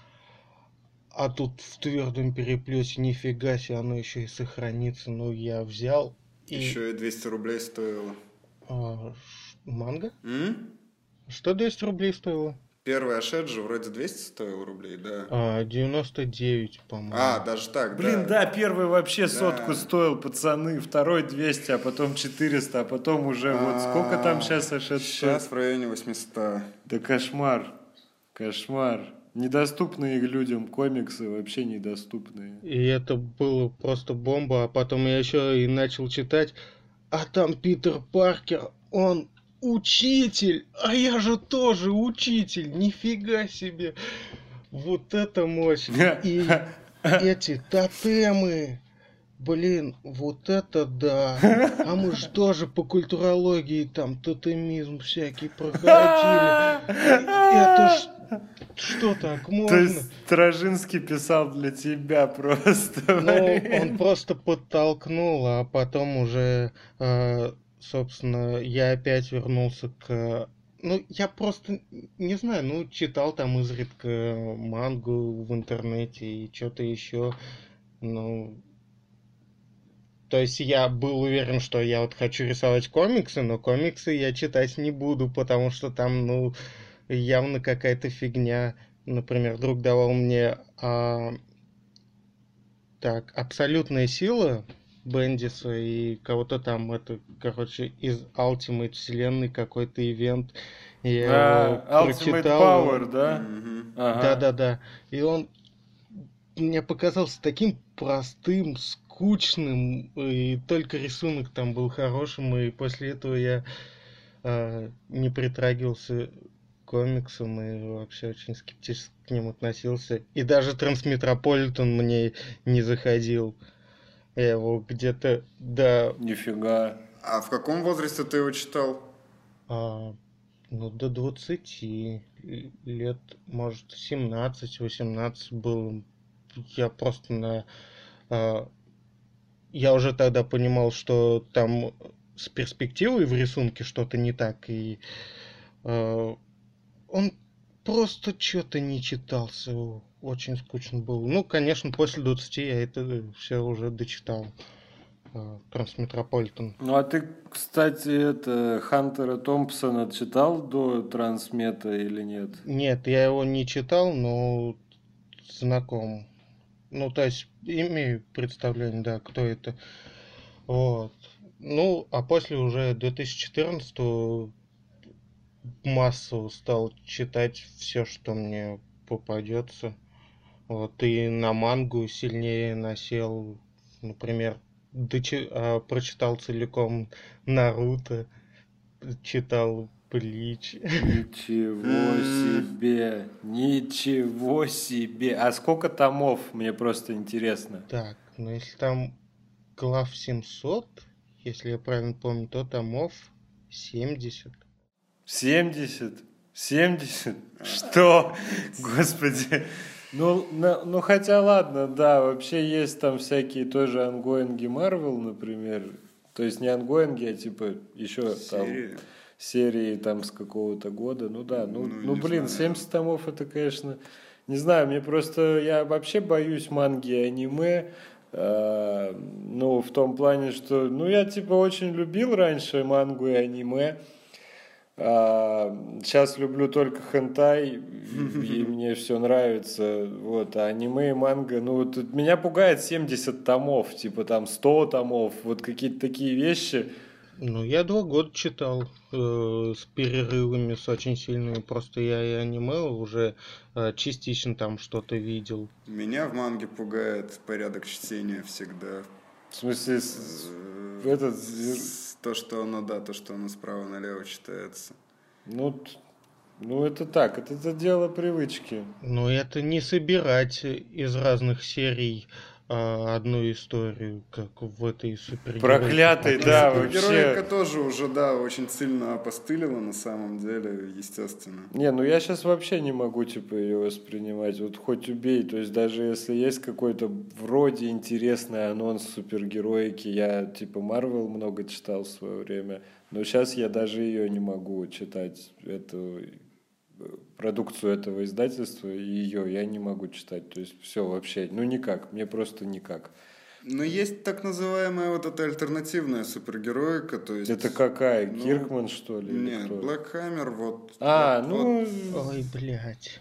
А тут в твердом переплете нифига себе, оно еще и сохранится. Ну, я взял и... Еще и двести рублей стоило. а, ш- манго? М? Что двести рублей стоило? Первый Ашет же вроде двести стоил рублей, да. А, девяносто девять, по-моему. А, даже так, Блин, да. да, первый вообще сотку Да. стоил, пацаны, второй двести, а потом четыреста, а потом уже вот сколько там сейчас Ашет Сейчас стоит? в районе восемьсот. Да кошмар, кошмар. Недоступные людям комиксы, вообще недоступные. И это было просто бомба. А потом я еще и начал читать. А там Питер Паркер, он учитель. А я же тоже учитель. Нифига себе. Вот это мощь. И эти тотемы. Блин, вот это да. А мы же тоже по культурологии там тотемизм всякий проходили. Это ж что так То можно? есть Стражинский писал для тебя просто. Ну, он просто подтолкнул, а потом уже, э, собственно, я опять вернулся к... Ну, я просто, не знаю, ну, читал там изредка мангу в интернете и что-то еще. Ну, то есть я был уверен, что я вот хочу рисовать комиксы, но комиксы я читать не буду, потому что там, ну, явно какая-то фигня. Например, друг давал мне а, так, абсолютная сила Бендиса и кого-то там, это, короче, из Ultimate вселенной какой-то ивент. Я его А, Ultimate прочитал. Power, да? Мгм. Ага. Да-да-да. И он мне показался таким простым, скучным, и только рисунок там был хорошим, и после этого я а, не притрагивался к комиксам и вообще очень скептически к ним относился. И даже Трансметрополитен мне не заходил. Я его где-то до, Нифига. А в каком возрасте ты его читал? а, ну, до двадцати лет, может, семнадцать-восемнадцать был. Я просто на... а, я уже тогда понимал, что там с перспективой в рисунке что-то не так, и а, он просто что-то не читался, очень скучно был. Ну, конечно, после двадцати я это все уже дочитал. э, Трансметрополитен. Ну, а ты, кстати, это Хантера Томпсона читал до Трансмета или нет? Нет, я его не читал, но знаком. Ну, то есть, имею представление, да, кто это. Вот. Ну, а после уже две тысячи четырнадцатого массово стал читать все, что мне попадется. Вот, и на мангу сильнее насел, например, дочи- а, прочитал целиком Наруто, читал Блич. Ничего себе, ничего себе. А сколько томов, мне просто интересно. Так, ну если там глав семьсот, если я правильно помню, то томов семьдесят. семьдесят? семьдесят? Что? Господи. Ну, на- ну, хотя ладно, да, вообще есть там всякие тоже ангоинги Marvel, например. То есть не ангоинги, а типа еще там Серии? серии там с какого-то года. Ну да, ну, Ну, ну не блин, знаю. семьдесят томов это, конечно, не знаю, мне просто, я вообще боюсь манги и аниме. э, ну, в том плане, что, ну, я типа очень любил раньше мангу и аниме. А, сейчас люблю только хентай, и мне все нравится. Вот, а аниме и манга, ну, вот тут меня пугает семьдесят томов, типа там сто томов, вот какие-то такие вещи. Ну, я два года читал э, с перерывами, с очень сильными. Просто я и аниме уже э, частично там что-то видел. Меня в манге пугает порядок чтения всегда. В смысле, с- с- Э, этот, с- То, что оно, да, то, что оно справа налево читается. ну, т- ну, это так, это, это дело привычки. Но это не собирать из разных серий а, одну историю, как в этой супергеройке. Проклятый, Хотя- да, Супергероика вообще. тоже уже, да, очень сильно опостылила на самом деле, естественно. Не, ну я сейчас вообще не могу, типа, ее воспринимать. Вот хоть убей. То есть даже если есть какой-то вроде интересный анонс супергероики, я, типа, Марвел много читал в свое время, но сейчас я даже ее не могу читать, эту э, продукцию этого издательства и ее я не могу читать. То есть все вообще, ну никак, мне просто никак. Но есть так называемая вот эта альтернативная супергероика, то есть... Это какая? Ну, Киркман, что ли? или Нет, кто? Black Hammer, вот... А, вот- ну... Ой, блядь.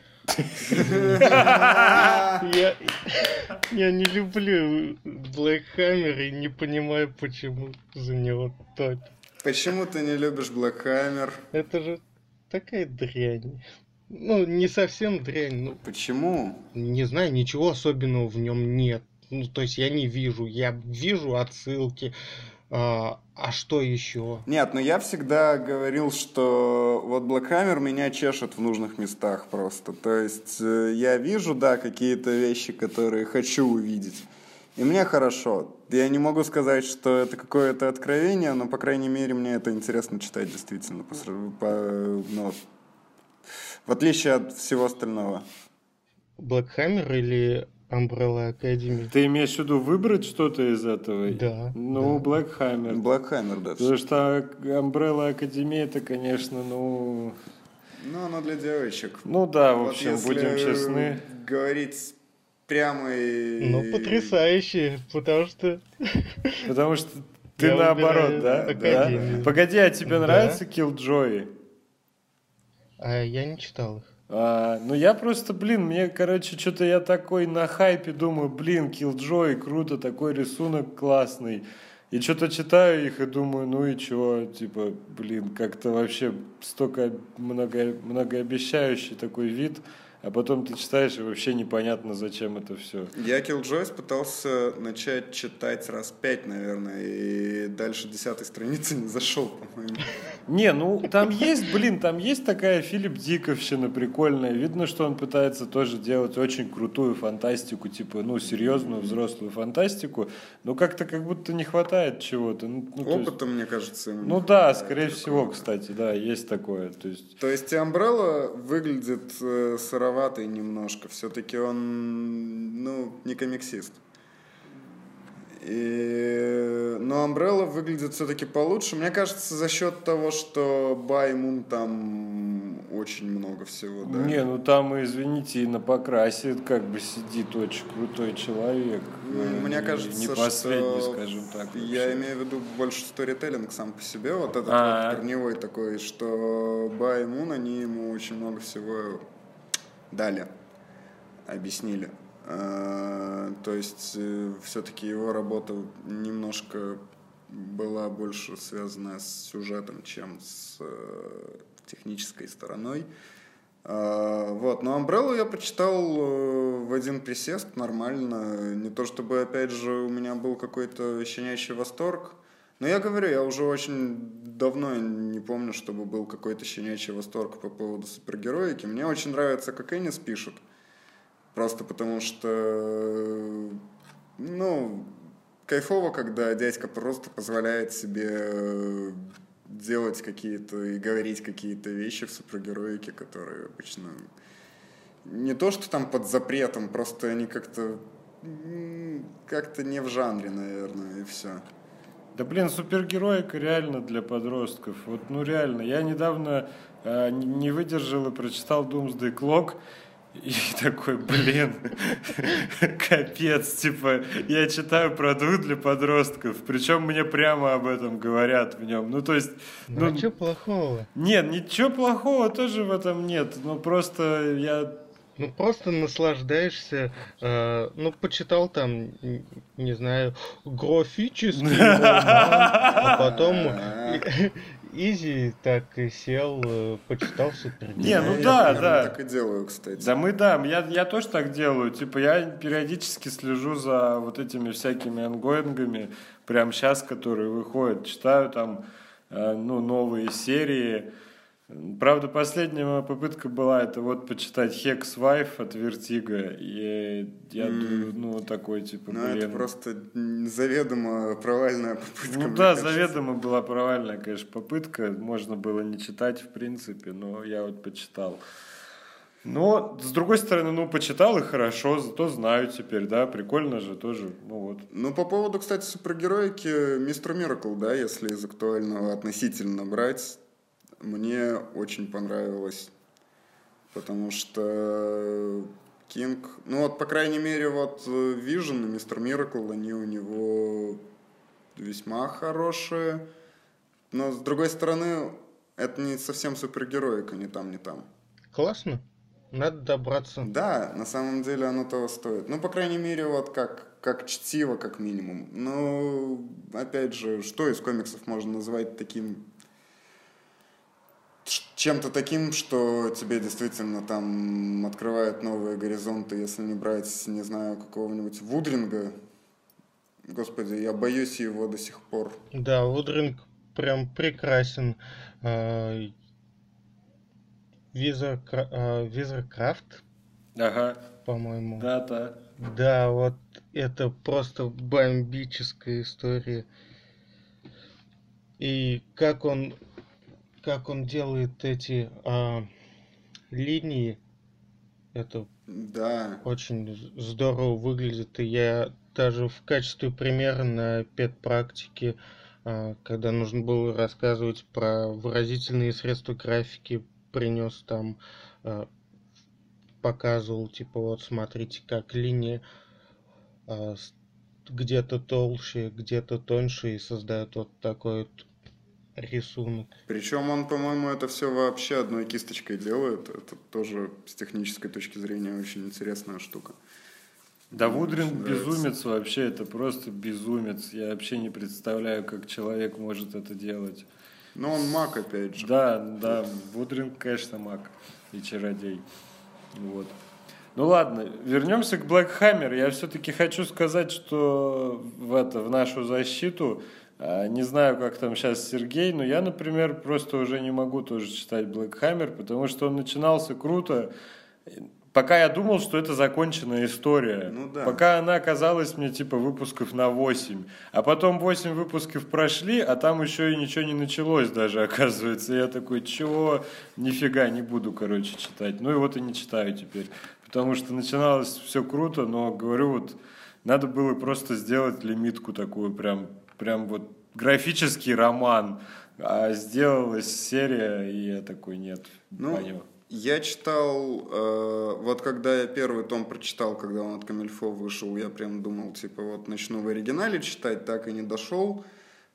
Я, я не люблю Black Hammer и не понимаю, почему за него топят. Почему ты не любишь Black Hammer? Это же такая дрянь. Ну, не совсем дрянь, ну, Почему? не знаю, ничего особенного в нем нет. Ну, то есть я не вижу. Я вижу отсылки. А, а что еще? Нет, но я всегда говорил, что вот Black Hammer меня чешет в нужных местах просто. То есть э, я вижу, да, какие-то вещи, которые хочу увидеть. И мне хорошо. Я не могу сказать, что это какое-то откровение, но, по крайней мере, мне это интересно читать действительно. По, срав- по- ну, в отличие от всего остального. Black Hammer или Umbrella Academy? Ты имеешь в виду выбрать что-то из этого? Да, Ну, да. Black Hammer. Black Hammer, да. Потому что Umbrella Academy это, конечно, ну... Ну, оно для девочек. Ну да, в Вот общем, если будем честны. говорить прямо и... Ну, потрясающе, потому что... Потому что ты Я наоборот, выбираю да? Академию. Да? Погоди, а тебе Да. нравится Killjoy? А я не читал их. А, ну я просто, блин, мне, короче, что-то я такой на хайпе думаю, блин, Killjoy, круто, такой рисунок классный. И что-то читаю их и думаю, ну и чё, типа, блин, как-то вообще столько много, многообещающий такой вид, а потом ты читаешь и вообще непонятно, зачем это все. Я Killjoys пытался начать читать раз пять, наверное, и дальше десятой страницы не зашел, по-моему. Не, ну там есть, блин, там есть такая Филипп Диковщина прикольная. Видно, что он пытается тоже делать очень крутую фантастику, типа, ну, серьезную взрослую фантастику, но как-то как будто не хватает чего-то. Ну, ну, то есть- Опыта, мне кажется, ему ну не да, хватает скорее такого. всего, кстати, да, есть такое. То есть, То есть и Umbrella выглядит э, сыроватой немножко. Все-таки он, ну, не комиксист. И... Но Umbrella выглядит все-таки получше. Мне кажется, за счет того, что By Moon там очень много всего. Да? Не, ну там, извините, и на покрасе как бы сидит очень крутой человек. Мне и кажется, не последний, что скажем так. Я вообще. имею в виду больше сторителлинг сам по себе. Вот этот А-а-а. вот корневой такой, что By Moon, они ему очень много всего дали, объяснили. То есть все-таки его работа немножко была больше связана с сюжетом, чем с технической стороной. Вот. Но Umbrella я прочитал в один присест нормально. Не то чтобы, опять же, у меня был какой-то щенячий восторг. Но я говорю, я уже очень давно не помню, чтобы был какой-то щенячий восторг по поводу супергероики. Мне очень нравится, как Энис пишет. Просто потому что, ну, кайфово, когда дядька просто позволяет себе делать какие-то и говорить какие-то вещи в супергероике, которые обычно не то, что там под запретом, просто они как-то как-то не в жанре, наверное, и все. Да блин, супергероика реально для подростков. Вот, ну реально, я недавно э, не выдержал и прочитал Doomsday Clock. И такой, блин, капец, типа, я читаю продукт для подростков, причем мне прямо об этом говорят в нем. Ну, то есть... Ну, ну а что плохого? Нет, ничего плохого тоже в этом нет, ну, просто я... Ну, просто наслаждаешься, э, ну, почитал там, не знаю, графический роман, а потом изи так и сел, почитал супергероев. Не, ну я, да, я, да. так и делаю, кстати. Да мы, да, я, я тоже так делаю, типа, я периодически слежу за вот этими всякими ангоингами, прямо сейчас, которые выходят, читаю там, э, ну, новые серии. Правда, последняя моя попытка была это вот почитать Hex Wife от Vertigo. И я Mm. думаю, ну, такой, типа, ну, блин. это просто заведомо провальная попытка. Ну да, кажется. Заведомо была провальная, конечно, попытка. Можно было не читать, в принципе, но я вот почитал. Но, с другой стороны, ну, почитал и хорошо, зато знаю теперь, да, прикольно же тоже, ну вот. Ну, по поводу, кстати, супергероики, Мистер Миракл, да, если из актуального относительно брать, мне очень понравилось, потому что Кинг, ну вот, по крайней мере, вот Vision и Мистер Миракл, они у него весьма хорошие, но, с другой стороны, это не совсем супергероика, ни там, ни там. Классно. Надо добраться. Да, на самом деле оно того стоит. Ну, по крайней мере, вот как, как чтиво, как минимум. Ну, опять же, что из комиксов можно назвать таким... чем-то таким, что тебе действительно там открывает новые горизонты, если не брать, не знаю, какого-нибудь Вудринга. Господи, я боюсь его до сих пор. Да, Вудринг прям прекрасен. Визеркрафт, ага. по-моему. Да, да. Да, вот это просто бомбическая история. И как он, как он делает эти а, линии, это да. очень здорово выглядит. И я даже в качестве примера на педпрактике, а, когда нужно было рассказывать про выразительные средства графики, принес там, э, показывал, типа, вот смотрите, как линия э, где-то толще, где-то тоньше, и создает вот такой вот рисунок. Причем он, по-моему, это все вообще одной кисточкой делает. Это тоже с технической точки зрения очень интересная штука. Да, Вудринг безумец вообще, это просто безумец. Я вообще не представляю, как человек может это делать. Но он маг, опять же. Да, да, Вудринг, конечно, маг и чародей. Вот. Ну ладно, вернемся к Black Hammer. Я все-таки хочу сказать, что в, это, в нашу защиту, не знаю, как там сейчас Сергей, но я, например, просто уже не могу тоже читать Black Hammer, потому что он начинался круто. Пока я думал, что это законченная история. Ну, да. Пока она оказалась мне типа выпусков на восемь. А потом восемь выпусков прошли, а там еще и ничего не началось даже, оказывается. Я такой, чего? Нифига не буду, короче, читать. Ну и вот и не читаю теперь. Потому что начиналось все круто, но, говорю, вот Надо было просто сделать лимитку такую, прям, прям вот графический роман. А сделалась серия, и я такой, нет, Ну, понял. я читал, э, вот когда я первый том прочитал, когда он от Камильфо вышел, я прям думал, типа, вот начну в оригинале читать, так и не дошел.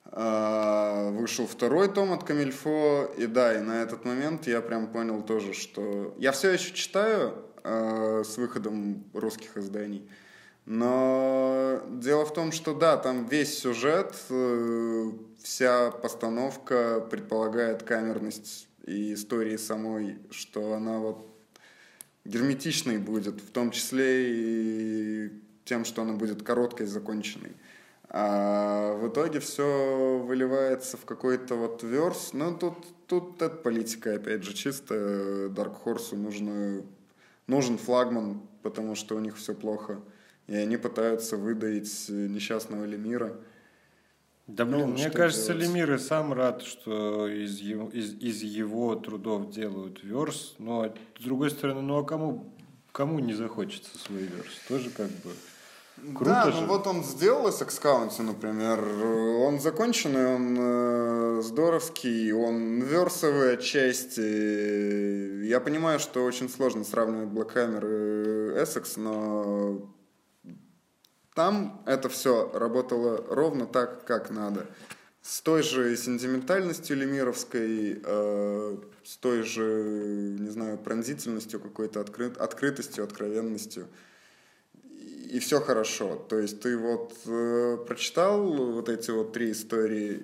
Э, вышел второй том от Камильфо, и да, и на этот момент я прям понял тоже, что... Я все еще читаю э, с выходом русских изданий, но дело в том, что да, там весь сюжет, э, вся постановка предполагает камерность и истории самой, что она вот герметичной будет, в том числе и тем, что она будет короткой, законченной. А в итоге все выливается в какой-то вот верс. Ну, тут, тут это политика, опять же, чисто. Dark Horse нужно, нужен флагман, потому что у них все плохо. И они пытаются выдаить несчастного Лемира. Да, блин, Ну, мне что кажется, делать? Лемир и сам рад, что из его, из, из его трудов делают верс, но с другой стороны, ну а кому, кому не захочется свой верс? Тоже как бы круто Да, же. ну вот он сделал Essex County, например. Он законченный, он э, здоровский, он версовый отчасти. Я понимаю, что очень сложно сравнивать Black Hammer и Essex, но там это все работало ровно так, как надо. С той же сентиментальностью лемировской, э, с той же, не знаю, пронзительностью какой-то, открыт, открытостью, откровенностью. И все хорошо. То есть ты вот э, прочитал вот эти вот три истории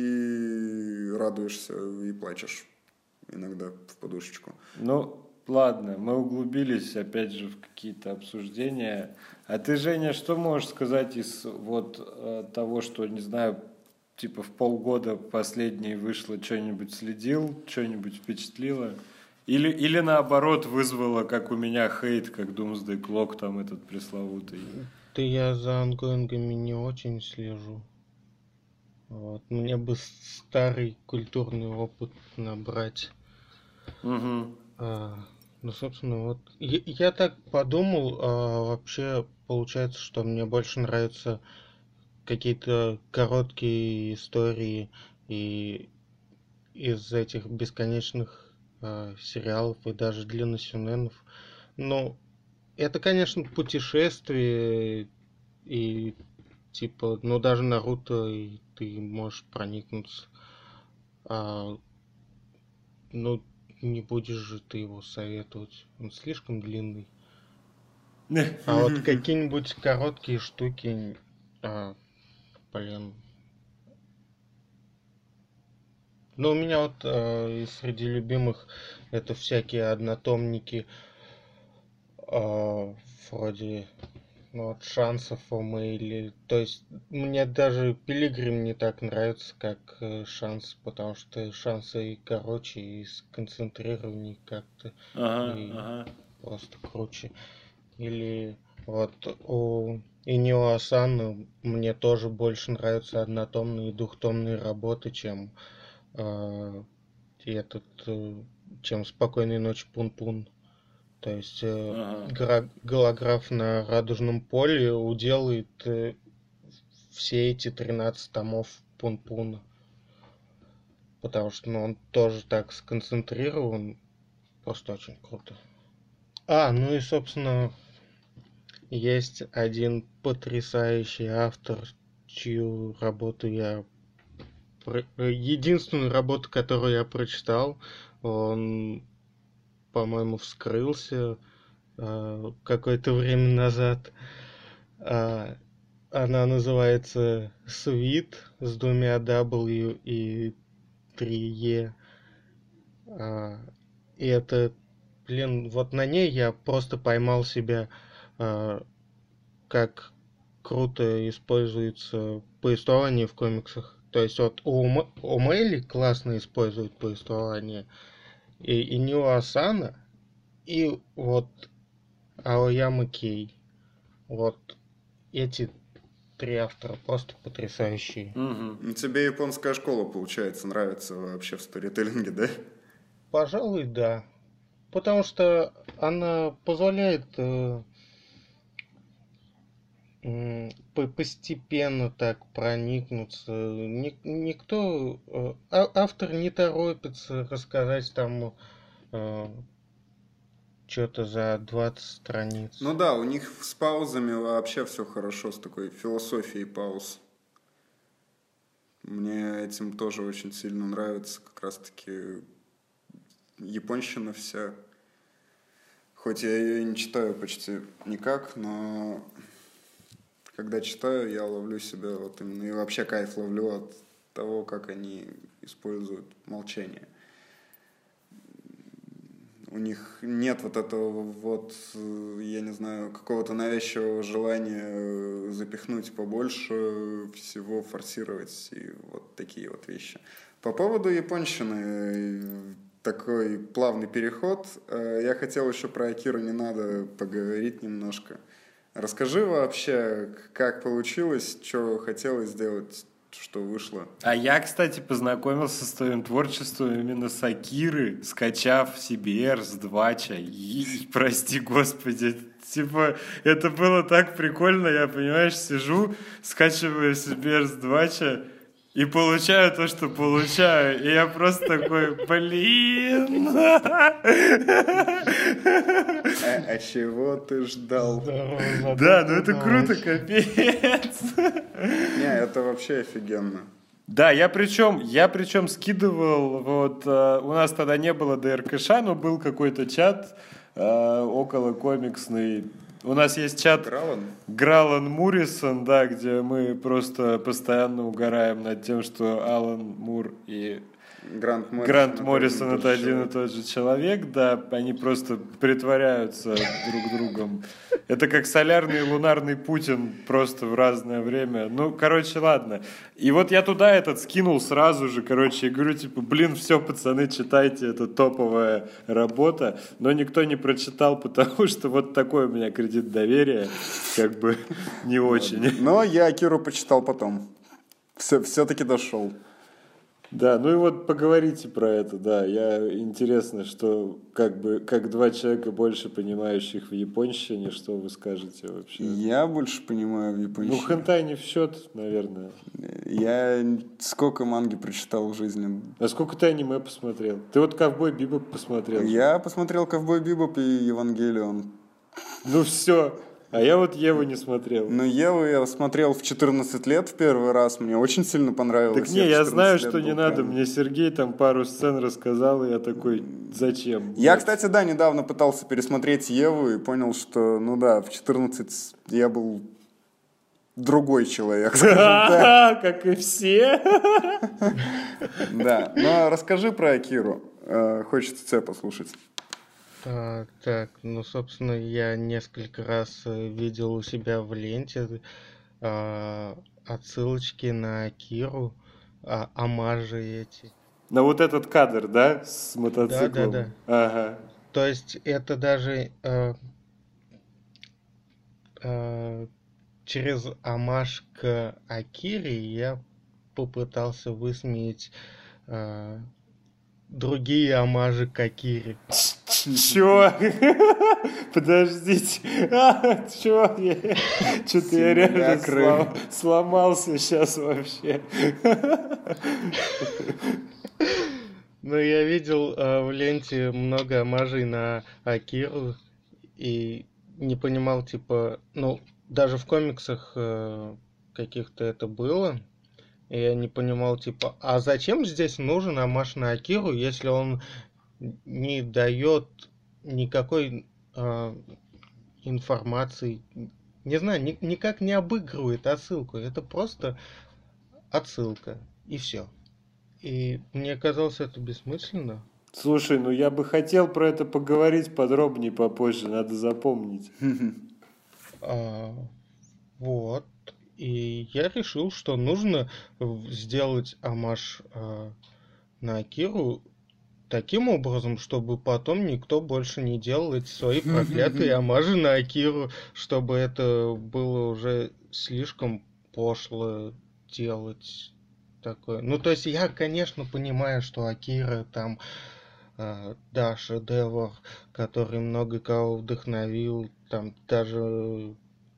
и радуешься, и плачешь иногда в подушечку. Ну, ладно, мы углубились опять же в какие-то обсуждения. А ты, Женя, что можешь сказать из вот э, того, что, не знаю, типа в полгода последний вышло, что-нибудь следил, что-нибудь впечатлило? Или, или наоборот вызвало, как у меня, хейт, как Doomsday Clock, там этот пресловутый. Да я за ангоингами не очень слежу. Вот. Мне бы старый культурный опыт набрать. Угу. А, ну, собственно, вот я, я так подумал, а, вообще получается, что мне больше нравятся какие-то короткие истории и из этих бесконечных а, сериалов и даже длинносюжетных. Ну, это, конечно, путешествие и типа, ну даже Наруто и ты можешь проникнуться. А, ну, не будешь же ты его советовать. Он слишком длинный. А вот какие-нибудь короткие штуки, а, блин. Ну, у меня вот а, и среди любимых это всякие однотомники, а, вроде ну, вот шансов или... То есть мне даже Пилигрим не так нравится, как э, шанс, потому что шансы и короче, и сконцентрированнее как-то, Ага, и ага. просто круче. Или вот у Инио Асаны мне тоже больше нравятся однотомные и двухтомные работы, чем э, этот, э, чем «Спокойной ночи, Пун-Пун». То есть э, Ага. гра- голограф на радужном поле уделает э, все эти тринадцать томов Пун-Пуна. Потому что ну, он тоже так сконцентрирован. Просто очень круто. А, ну и, собственно, есть один потрясающий автор, чью работу я... про- э, Единственную работу, которую я прочитал, он, по-моему, вскрылся э, какое-то время назад. А, Она называется Sweet с двумя W и три E. А, И это, блин, вот на ней я просто поймал себя, а, как круто используется повествование в комиксах. То есть вот у Ом- Омэли классно использует повествование, и, и Нио Асана, и вот Аояма Кей. Вот эти три автора просто потрясающие. Угу. Тебе японская школа, получается, нравится вообще в сторителлинге, да? Пожалуй, да. Потому что она позволяет, э, м, по- постепенно так проникнуться. Ни- никто, э, а- автор не торопится рассказать там что-то за двадцать страниц. Ну да, у них с паузами вообще все хорошо, с такой философией пауз. Мне этим тоже очень сильно нравится, как раз-таки японщина вся. Хоть я ее и не читаю почти никак, но когда читаю, я ловлю себя вот именно, и вообще кайф ловлю от того, как они используют молчание. У них нет вот этого вот, я не знаю, какого-то навязчивого желания запихнуть побольше всего, форсировать и вот такие вот вещи. По поводу японщины, такой плавный переход. Я хотел еще про Акиру не надо поговорить немножко. Расскажи вообще, как получилось, что хотелось сделать, что вышло. А я, кстати, познакомился с твоим творчеством именно с Акиры, скачав себе Эрс Двача. И, прости господи, типа, это было так прикольно, я, понимаешь, сижу, скачиваю себе Эрс Двача и получаю то, что получаю. И я просто такой, блин. А, а чего ты ждал? Здорово, Да, ну это задумалась. круто, капец. Не, это вообще офигенно. Да, я причем, я причем скидывал, вот, э, у нас тогда не было ДРКШ, но был какой-то чат э, около комиксный. У нас есть чат Гралан? Гралан Муррисон, да, где мы просто постоянно угораем над тем, что Алан Мур и Грант Моррисон, Грант это Моррисон один и это тот же один и человек. тот же человек, да, они просто притворяются друг другом. Это как солярный и лунарный Путин просто в разное время. Ну, короче, ладно. И вот я туда этот скинул сразу же, короче, и говорю, типа, блин, все, пацаны, читайте, это топовая работа. Но никто не прочитал, потому что вот такой у меня кредит доверия, как бы не очень. Но я Акиру почитал потом. Все, все-таки дошел. Да, ну и вот поговорите про это, да. Я интересно, что как бы как два человека больше понимающих в японщине, что вы скажете вообще? Я больше понимаю в Ну, японщине. хентай не в счет, наверное. Я сколько манги прочитал в жизни. А сколько ты аниме посмотрел? Ты вот Ковбой Бибоп посмотрел? Я посмотрел «Ковбой Бибоп» и «Евангелион». Ну все. А я вот Еву не смотрел. Но Еву я смотрел в четырнадцать лет в первый раз. Мне очень сильно понравилось. Так не, я в знаю, четырнадцать что лет не был надо. прям- Мне Сергей там пару сцен рассказал, и я такой, зачем? Я, кстати, да, недавно пытался пересмотреть Еву и понял, что, ну да, в четырнадцать я был другой человек, скажем так. Как и все. Да. Ну, а расскажи про Акиру. Э, Хочется тебя послушать. А, так, ну, собственно, я несколько раз э, видел у себя в ленте а, отсылочки на Акиру, а, омажи эти. На вот этот кадр, да, с мотоциклом? Да, да, да. Ага. То есть это даже э, э, через омаж к Акире я попытался высмеять э, другие омажи к Акире. Чё? Подождите. А, чё? Что-то я реально Симулякры. слом- сломался сейчас вообще. Ну, я видел э, в ленте много омажей на Акиру и не понимал, типа, ну, даже в комиксах э, каких-то это было, и я не понимал, типа, а зачем здесь нужен омаж на Акиру, если он не дает никакой э, информации, не знаю, ни- никак не обыгрывает отсылку, это просто отсылка, и все. И мне казалось это бессмысленно. Слушай, ну я бы хотел про это поговорить подробнее попозже, надо запомнить. А, вот. И я решил, что нужно в- сделать омаж а, на Акиру таким образом, чтобы потом никто больше не делал эти свои проклятые омажи на Акиру, чтобы это было уже слишком пошло делать такое. Ну, то есть я, конечно, понимаю, что Акира там, а, да, шедевр, который много кого вдохновил, там даже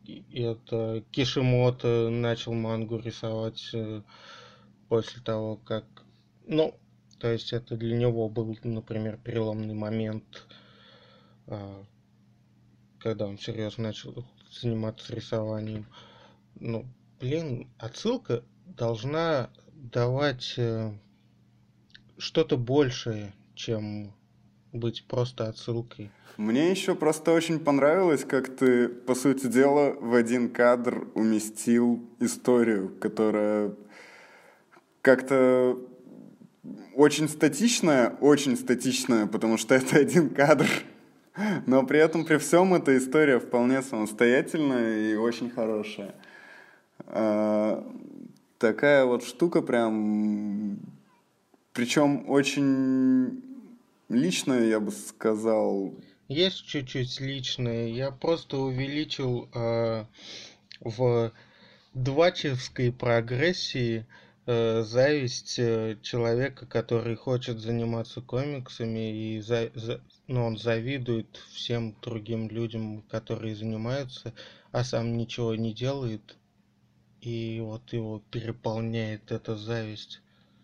и это Кишимото начал мангу рисовать э, после того, как... Ну, то есть это для него был, например, переломный момент, а, когда он всерьез начал заниматься рисованием. Ну, блин, отсылка должна давать э, что-то большее, чем быть просто отсылкой. Мне еще просто очень понравилось, как ты, по сути дела, в один кадр уместил историю, которая как-то очень статичная, очень статичная, потому что это один кадр. Но при этом, при всем, эта история вполне самостоятельная и очень хорошая. А, такая вот штука прям... Причем очень личная, я бы сказал. Есть чуть-чуть личное. Я просто увеличил э, в двачевской прогрессии э, зависть э, человека, который хочет заниматься комиксами, и за, за, ну, он завидует всем другим людям, которые занимаются, а сам ничего не делает, и вот его переполняет эта зависть.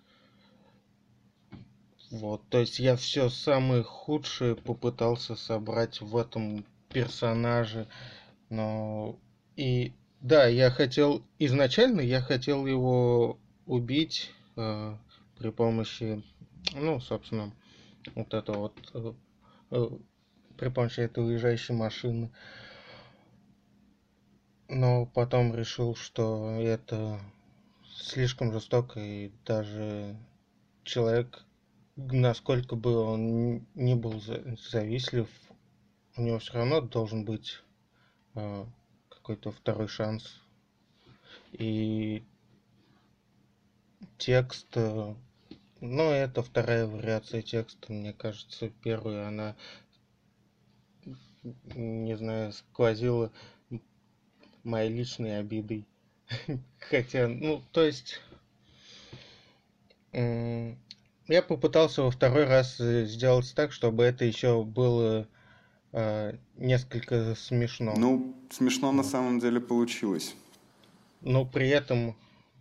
Вот, то есть я все самое худшее попытался собрать в этом персонаже, но и да, я хотел изначально я хотел его убить э, при помощи, ну, собственно, вот это вот э, э, при помощи этой уезжающей машины, но потом решил, что это слишком жестоко, и даже человек, насколько бы он ни был завистлив, у него все равно должен быть э, какой-то второй шанс. И текст, э, ну, это вторая вариация текста, мне кажется. Первая, она, не знаю, сквозила моей личной обидой. Хотя, ну, то есть... м, я попытался во второй раз э, сделать так, чтобы это еще было э, несколько смешно. Ну, смешно на Вот. самом деле получилось. Но при этом,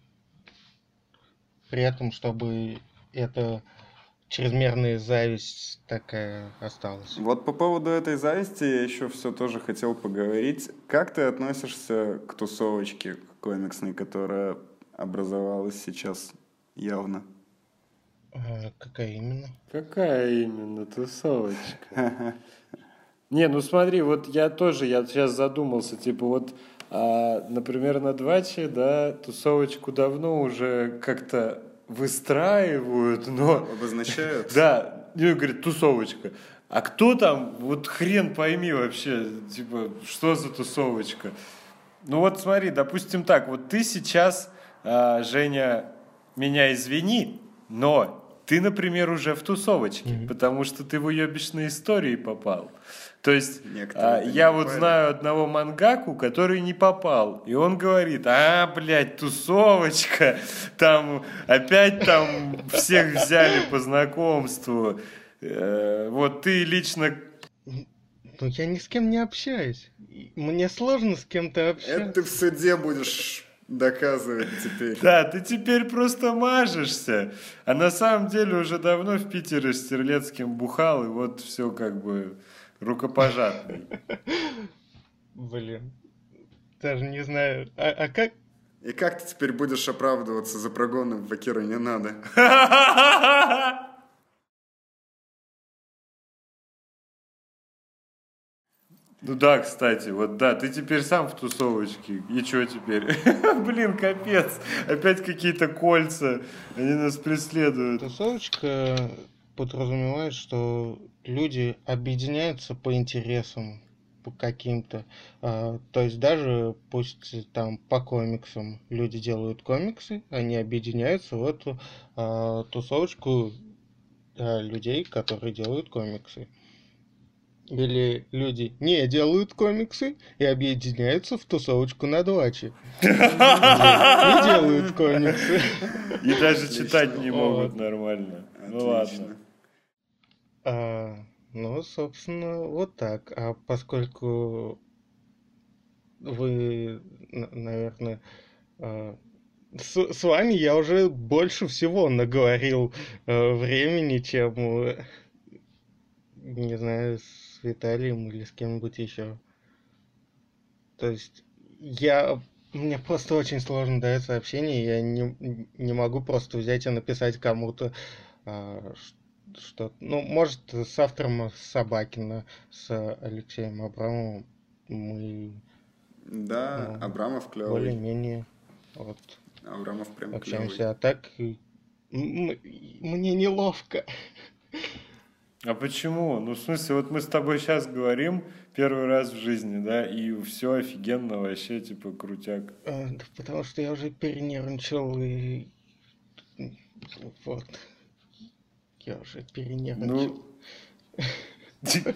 при этом, чтобы эта чрезмерная зависть такая осталась. Вот по поводу этой зависти я еще все тоже хотел поговорить. Как ты относишься к тусовочке комиксной, которая образовалась сейчас явно? А, какая именно? Какая именно тусовочка? Не, ну смотри, вот я тоже, я сейчас задумался, типа вот, а, например, на Дваче, да, тусовочку давно уже как-то выстраивают, но... Обозначают? Да, ну, говорит, тусовочка. А кто там, вот хрен пойми вообще, типа, что за тусовочка? Ну вот смотри, допустим так, вот ты сейчас, а, Женя, меня извини, но ты, например, уже в тусовочке, mm-hmm. потому что ты в уебищные истории попал. То есть а, я вот знаю одного мангаку, который не попал, и он говорит: а, блядь, тусовочка, там опять там всех взяли по знакомству, э, вот ты лично... Ну я ни с кем не общаюсь, мне сложно с кем-то общаться. Это ты в суде будешь доказывать теперь. Да, ты теперь просто мажешься. А на самом деле уже давно в Питере с Терлецким бухал, и вот все как бы рукопожатный. Блин, даже не знаю. А, а как? И как ты теперь будешь оправдываться за прогоны в Вакира не надо? Ну да, кстати, вот да, ты теперь сам в тусовочке. И что теперь? Блин, капец. Опять какие-то кольца. Они нас преследуют. Тусовочка подразумевает, что люди объединяются по интересам, по каким-то. А, то есть даже пусть там по комиксам люди делают комиксы, они объединяются в эту а, тусовочку а, людей, которые делают комиксы. Или люди не делают комиксы и объединяются в тусовочку на Дваче. И делают комиксы. И даже читать не могут нормально. Ну ладно. Ну, собственно, вот так. А поскольку вы, наверное, с, с вами я уже больше всего наговорил времени, чем, не знаю, с Виталием или с кем-нибудь еще. То есть я... Мне просто очень сложно дается общение, я не, не могу просто взять и написать кому-то а, что... Ну, может, с автором Собакина, с Алексеем Абрамовым мы... Да, ну, Абрамов клевый. Более-менее вот, Абрамов прям общаемся, клевый. А так мне неловко. А почему? Ну, в смысле, вот мы с тобой сейчас говорим первый раз в жизни, да, и все офигенно, вообще, типа, крутяк. А, да потому что я уже перенервничал, и вот, я уже перенервничал. Ну,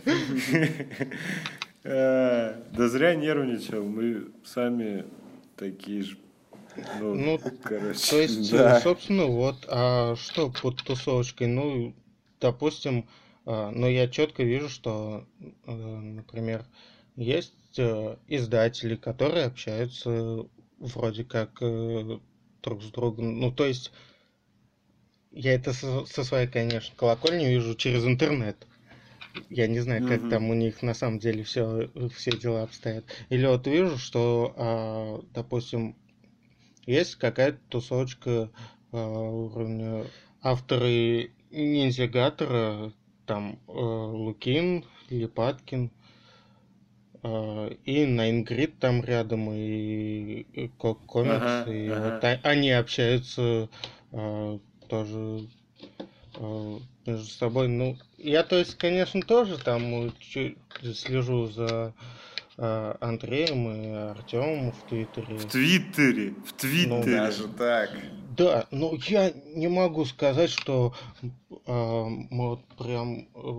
да зря нервничал, мы сами такие же. Ну, ну короче, то есть, да. собственно, вот, а что под тусовочкой? Ну, допустим, но я четко вижу, что, например, есть издатели, которые общаются вроде как друг с другом. Ну, то есть, я это со, со своей, конечно, колокольни вижу через интернет. Я не знаю, как mm-hmm. там у них на самом деле все, все дела обстоят. Или вот вижу, что, допустим, есть какая-то тусовочка уровня авторы Ниндзягатора, там э, Лукин, Липаткин э, и Найнгрид там рядом, и, и комикс, ага, и ага. Вот а, они общаются э, тоже э, между собой. Ну, я, то есть, конечно, тоже там слежу за э, Андреем и Артемом в Твиттере. В Твиттере? В Твиттере? Ну, даже так. Да, но я не могу сказать, что э, мы вот прям, э,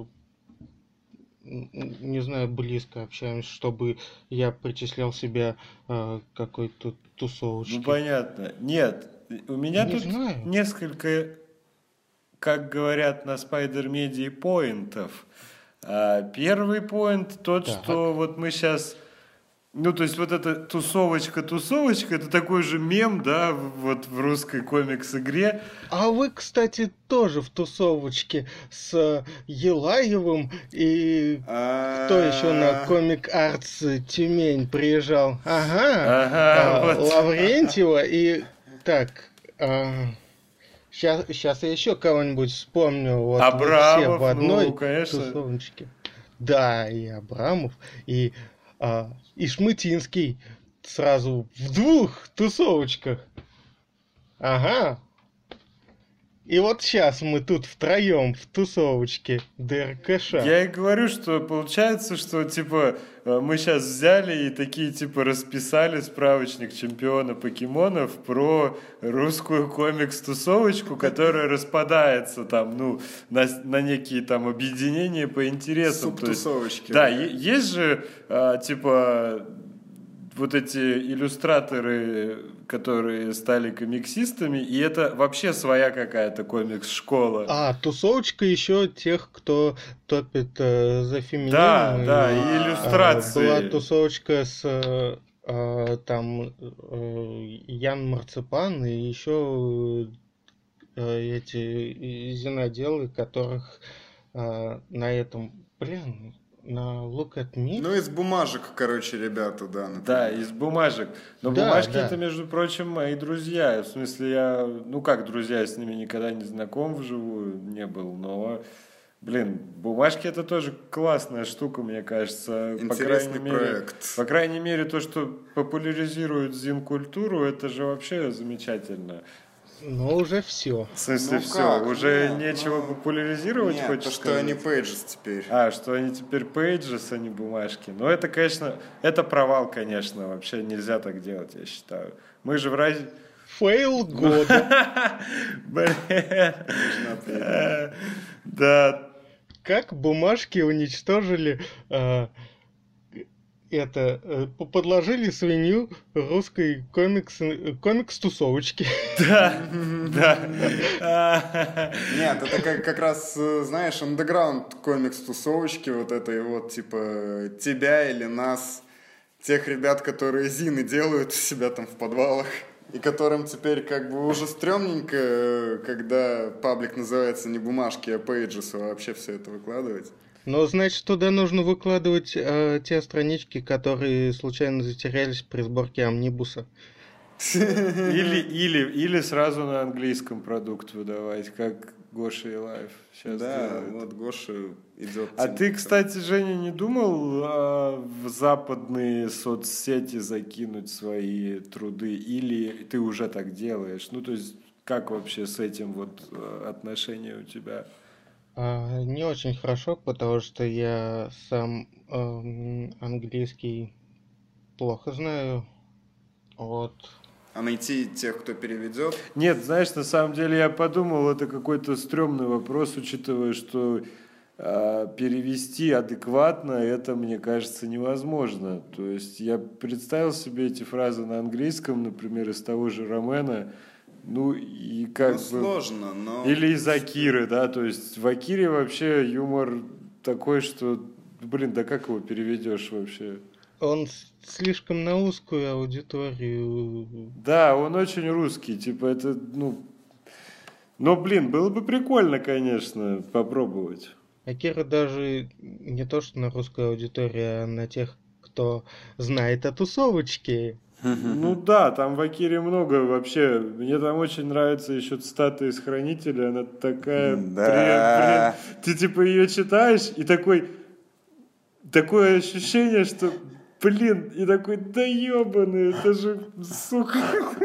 не знаю, близко общаемся, чтобы я причислял себя э, к какой-то тусовочке. Ну, понятно. Нет, у меня не тут знаю. несколько, как говорят на Spider Media, поинтов. А первый поинт тот, так. что вот мы сейчас... Ну, то есть вот эта тусовочка-тусовочка, это такой же мем, да, вот в русской комикс-игре. А вы, кстати, тоже в тусовочке с Елаевым и кто еще на Комик Артс Тюмень приезжал? Ага, ага вот. Лаврентьева и... Так, сейчас, сейчас я еще кого-нибудь вспомню. Вот Абрамов, все в одной ну, конечно. тусовочке. Да, и Абрамов, и... А, и Шмытинский сразу в двух тусовочках. Ага. И вот сейчас мы тут втроем в тусовочке ДРКШ. Я и говорю, что получается, что типа мы сейчас взяли и такие типа расписали справочник чемпиона покемонов про русскую комикс-тусовочку, которая распадается там, ну, на, на некие там объединения по интересам. Субтусовочки. Да, да, есть же а, типа вот эти иллюстраторы, которые стали комиксистами, и это вообще своя какая-то комикс-школа. А, тусовочка еще тех, кто топит э, за феминизм. Да, и, да, и иллюстрации. Была тусовочка с э, там э, Ян Марципан и еще э, эти зиноделы, которых э, на этом, блин... На Look at Me. Ну, из бумажек, короче, ребята, да. Например. Да, из бумажек. Но да, бумажки да. это, между прочим, мои друзья. В смысле, я, ну как друзья, я с ними никогда не знаком вживую, не был, но, блин, бумажки это тоже классная штука, мне кажется. Интересный по крайней мере, проект. По крайней мере, то, что популяризирует зин-культуру, это же вообще замечательно. Ну, уже все. В смысле, ну, все? как? Уже Нет, нечего ну... популяризировать, Нет, хочешь то, что сказать? они пейджес теперь. А, что они теперь пейджес, а не бумажки. Ну, это, конечно, это провал, конечно. Вообще нельзя так делать, я считаю. Мы же в разе... Фейл года. Блин. Да. Как бумажки уничтожили... Это, подложили свинью русской комикс, комикс-тусовочки. Да, да. Нет, это как, как раз, знаешь, андеграунд комикс-тусовочки, вот этой вот, типа, тебя или нас, тех ребят, которые зины делают у себя там в подвалах. И которым теперь как бы уже стрёмненько, когда паблик называется не бумажки, а пейджес, а вообще все это выкладывать. Ну, значит, туда нужно выкладывать э, те странички, которые случайно затерялись при сборке амнибуса. Или, или, или сразу на английском продукт выдавать, как Гоша и Лайф сейчас Да, делают. вот Гоша идет. А ты, кстати, Женя, не думал а, в западные соцсети закинуть свои труды? Или ты уже так делаешь? Ну, то есть, как вообще с этим вот отношения у тебя? А, не очень хорошо, потому что я сам эм, английский плохо знаю. Вот. А найти тех, кто переведет? Нет, знаешь, на самом деле я подумал, это какой-то стрёмный вопрос, учитывая, что э, перевести адекватно, это, мне кажется, невозможно. То есть я представил себе эти фразы на английском, например, из того же Ромена, ну и как ну, бы... сложно, но... Или из Акиры, да, то есть в Акире вообще юмор такой, что, блин, да как его переведешь вообще? Он слишком на узкую аудиторию. Да, он очень русский, типа это, ну... Но, блин, было бы прикольно, конечно, попробовать. Акира даже не то, что на русскую аудиторию, а на тех, кто знает о тусовочке. Ну да, там в Акире много вообще. Мне там очень нравится еще цитата из Хранителя. Она такая... Да. Блин, ты типа ее читаешь и такой... Такое ощущение, что... Блин, и такой, да ебаный, это же, сука.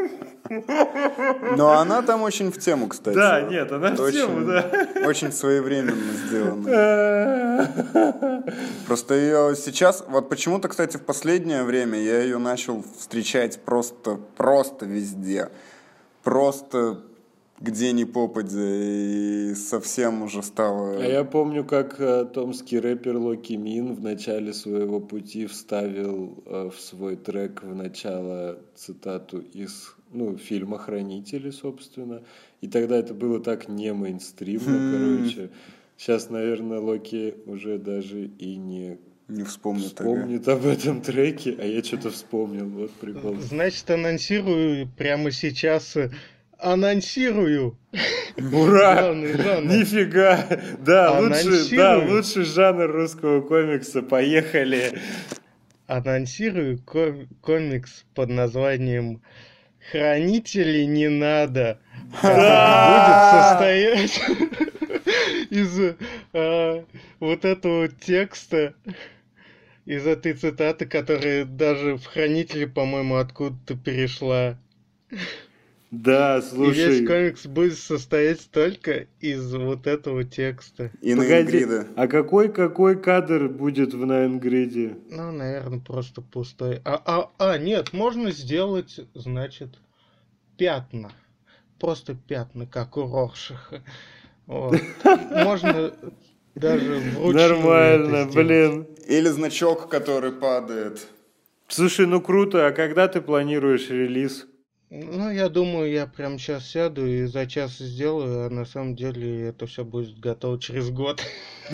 Но она там очень в тему, кстати. Да, нет, она в очень, тему, да. Очень своевременно сделана. Просто ее сейчас, вот почему-то, кстати, в последнее время я ее начал встречать просто, просто везде. Просто где ни попадя, и совсем уже стало... А я помню, как э, томский рэпер Локи Мин в начале своего пути вставил э, в свой трек в начало цитату из ну, фильма «Хранители», собственно. И тогда это было так не мейнстримно, Hmm. короче. Сейчас, наверное, Локи уже даже и не... Не вспомнит, вспомнит об этом треке, а я что-то вспомнил. Вот прикол. Значит, анонсирую прямо сейчас... Анонсирую. Ура! Главный жанр. Нифига! Да, лучший, Анонсирую. да, лучший жанр русского комикса. Поехали! Анонсирую ком- комикс под названием «Хранители не надо», который будет состоять из а, вот этого текста, из этой цитаты, которая даже в «Хранители», по-моему, откуда-то перешла. Да, И слушай. весь комикс будет состоять только из вот этого текста. И Погоди, на Ингрида. а какой какой кадр будет в Найнгриде? Ну, наверное, просто пустой. А, а, а, нет, можно сделать, значит, пятна. Просто пятна, как у Роршаха. Вот. Можно даже вручную Нормально, это сделать. блин. Или значок, который падает. Слушай, ну круто, а когда ты планируешь релиз? Ну, я думаю, я прямо сейчас сяду и за час сделаю, а на самом деле это все будет готово через год.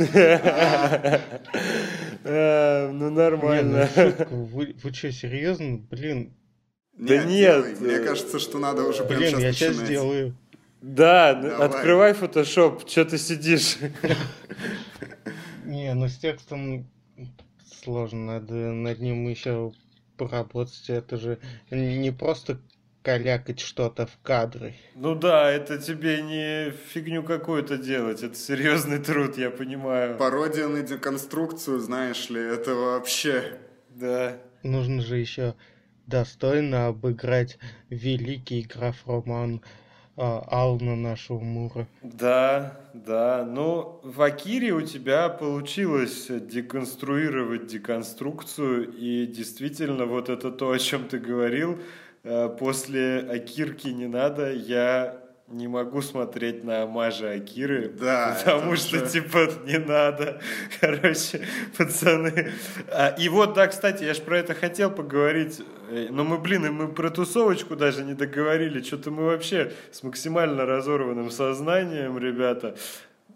А, Ну Не, ну нормально. шутка, вы, вы что, серьезно? Блин, Да нет, делай. Мне э, кажется, что надо уже прямо блин, сейчас я сейчас начинать. сделаю. Да, Давай. открывай фотошоп, что ты сидишь? Не, ну с текстом сложно, надо над ним еще поработать. Это же не просто калякать что-то в кадры. Ну да, это тебе не фигню какую-то делать, это серьезный труд, я понимаю. Пародия на деконструкцию, знаешь ли, это вообще... Да. Нужно же еще достойно обыграть великий граф-роман а, Алана нашего Мура. Да, да. Ну, в Акире у тебя получилось деконструировать деконструкцию, и действительно, вот это то, о чем ты говорил, э, после Акирки не надо, я не могу смотреть на омажи Акиры, Да, потому это что, же- типа, не надо. Короче, пацаны. А, и вот, да, кстати, я же про это хотел поговорить, э, но мы, блин, и мы про тусовочку даже не договорили, что-то мы вообще с максимально разорванным сознанием, ребята.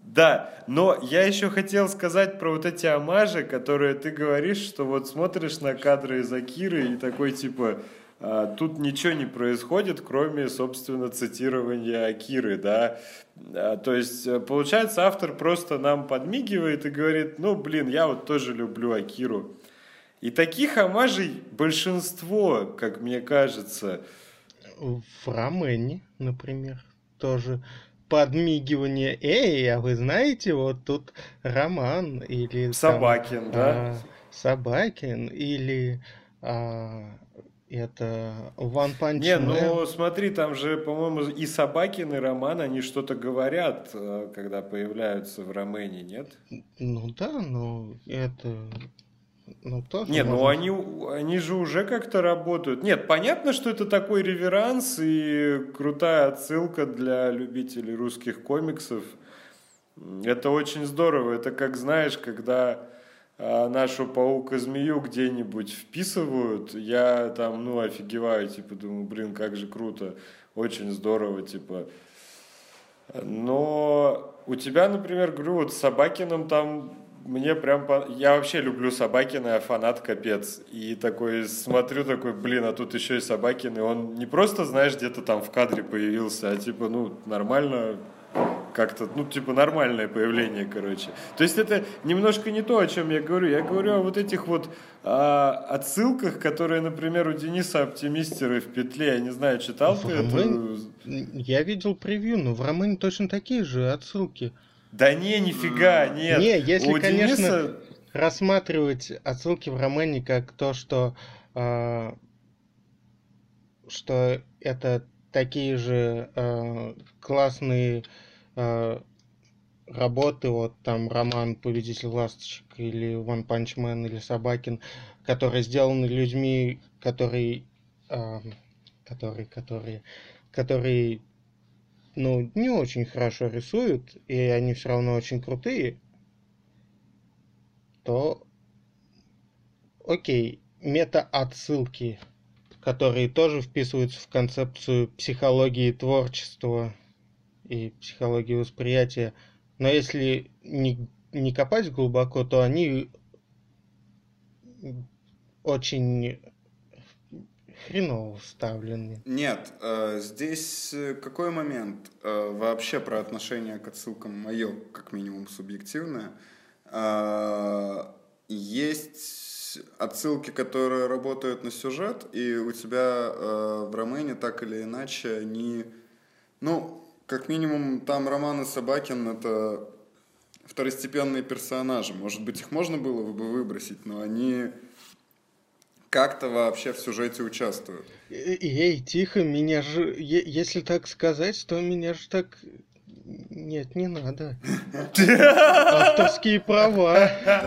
Да, но я еще хотел сказать про вот эти омажи, которые ты говоришь, что вот смотришь на кадры из Акиры и такой типа, а, тут ничего не происходит, кроме, собственно, цитирования Акиры, да. А, то есть, получается, автор просто нам подмигивает и говорит, ну, блин, я вот тоже люблю Акиру. И таких омажей большинство, как мне кажется. В Рамене, например, тоже подмигивание. Эй, а вы знаете, вот тут Роман или Собакин, там, да? а, Собакин или а, это One Punch Не, Man. ну смотри, там же, по-моему, и Собакин, и Роман, они что-то говорят, когда появляются в Рамене, нет? Ну да, но это... Ну, тоже Нет, можно... ну они, они же уже как-то работают. Нет, понятно, что это такой реверанс и крутая отсылка для любителей русских комиксов. Это очень здорово. Это как, знаешь, когда а, нашу паука-змею где-нибудь вписывают, я там, ну, офигеваю, типа, думаю, блин, как же круто. Очень здорово, типа. Но у тебя, например, говорю, вот с Собакиным там... Мне прям... По... Я вообще люблю Собакина, я фанат капец. И такой смотрю, такой, блин, а тут еще и Собакин. И он не просто, знаешь, где-то там в кадре появился, а типа, ну, нормально... Как-то, ну, типа, нормальное появление, короче. То есть это немножко не то, о чем я говорю. Я говорю о вот этих вот а, отсылках, которые, например, у Дениса Оптимистера в петле. Я не знаю, читал в ты Рамен... эту... Я видел превью, но в Рамене точно такие же отсылки. Да не, нифига, нет. Не, если, у конечно, Дениса... рассматривать отсылки в Рамене как то, что, э, что это такие же э, классные э, работы, вот там роман «Повелитель ласточек» или «One Punch Man» или «Собакин», которые сделаны людьми, которые, э, которые, которые, которые ну, не очень хорошо рисуют, и они все равно очень крутые, то окей, мета-отсылки, которые тоже вписываются в концепцию психологии творчества и психологии восприятия, но если не, не копать глубоко, то они очень хреново вставлены. Нет, э, здесь какой момент э, вообще про отношение к отсылкам мое, как минимум, субъективное. Э, есть отсылки, которые работают на сюжет, и у тебя э, в Рамене так или иначе они... Ну, как минимум, там Роман и Собакин — это второстепенные персонажи. Может быть, их можно было бы выбросить, но они... как-то вообще в сюжете участвуют. Эй, тихо, меня же... Если так сказать, то меня же так... Нет, не надо. Авторские права.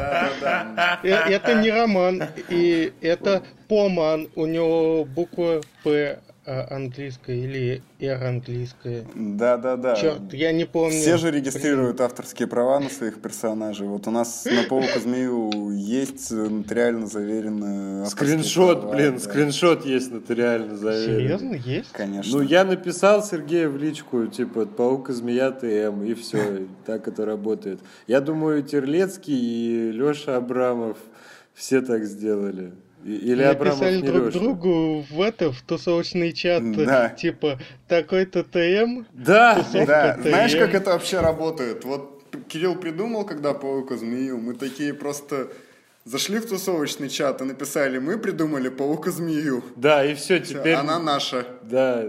Это не роман, и это поман. У него буква П английская или Р английская. Да-да-да. Черт, я не помню. Все же регистрируют авторские права на своих персонажей. Вот у нас на Паука-змею есть нотариально заверенные скриншот, права, блин, да. Скриншот есть нотариально заверенный. Серьезно, есть? Конечно. Ну, я написал Сергею в личку, типа, Паука-змея ТМ, и все, так это работает. Я думаю, Терлецкий и Леша Абрамов все так сделали. Или Абрамов написали не друг Леша. другу в это, в тусовочный чат, Да. типа, такой-то ТМ, Да, тусовка Да, ТМ. знаешь, как это вообще работает? Вот Кирилл придумал, когда Паука-змею, мы такие просто зашли в тусовочный чат и написали, мы придумали Паука-змею. да, и все, теперь... Она наша. Да.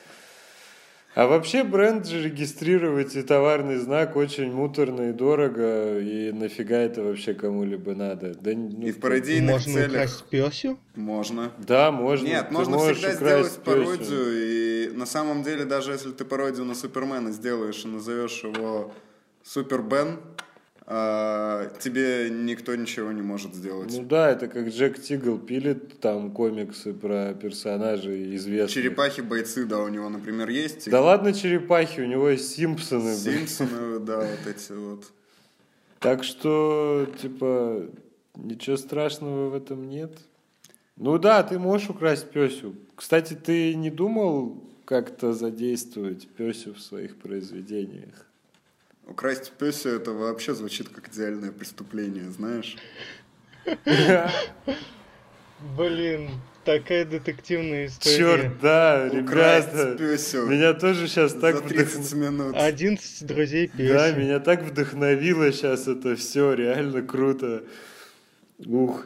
А вообще бренд же регистрировать и товарный знак очень муторно и дорого, и нафига это вообще кому-либо надо? Да, ну, И в пародийных Можно целях... украсть пёсю? Можно. Да, можно. Нет, Ты можно можешь всегда украсть сделать пёсю. пародию, и на самом деле, даже если ты пародию на Супермена сделаешь и назовешь его Супер Бен, а, тебе никто ничего не может сделать. Ну да, это как Джек Тигл пилит там комиксы про персонажей известных. Черепахи-бойцы, да, у него, например, есть. Да ладно черепахи, у него есть Симпсоны. блин. Симпсоны, да, вот эти вот. Так что, типа, ничего страшного в этом нет. Ну да, ты можешь украсть пёсю. Кстати, ты не думал как-то задействовать пёсю в своих произведениях? Украсть пёсю — это вообще звучит как идеальное преступление, знаешь? Блин, такая детективная история. Черт, да, Украсть ребята. пёсю Меня тоже сейчас так за тридцать минут. одиннадцать друзей пёси. Да, меня так вдохновило сейчас это все, реально круто. Ух.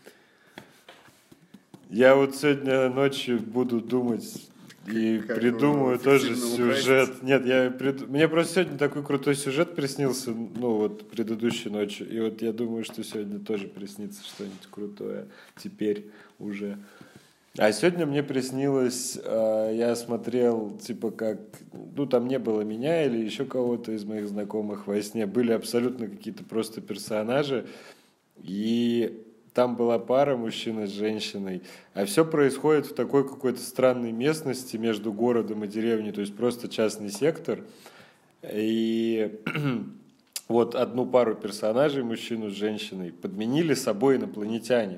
Я вот сегодня ночью буду думать и Как придумаю его тоже эффективно сюжет. украсть? Нет, я прид... мне просто сегодня такой крутой сюжет приснился, ну вот предыдущей ночью. И вот я думаю, что сегодня тоже приснится что-нибудь крутое. Теперь уже. А сегодня мне приснилось, э, я смотрел, типа как, ну там не было меня или еще кого-то из моих знакомых во сне. Были абсолютно какие-то просто персонажи. И там была пара, мужчина с женщиной, а все происходит в такой какой-то странной местности между городом и деревней, то есть просто частный сектор. И вот одну пару персонажей, мужчину с женщиной, подменили собой инопланетяне,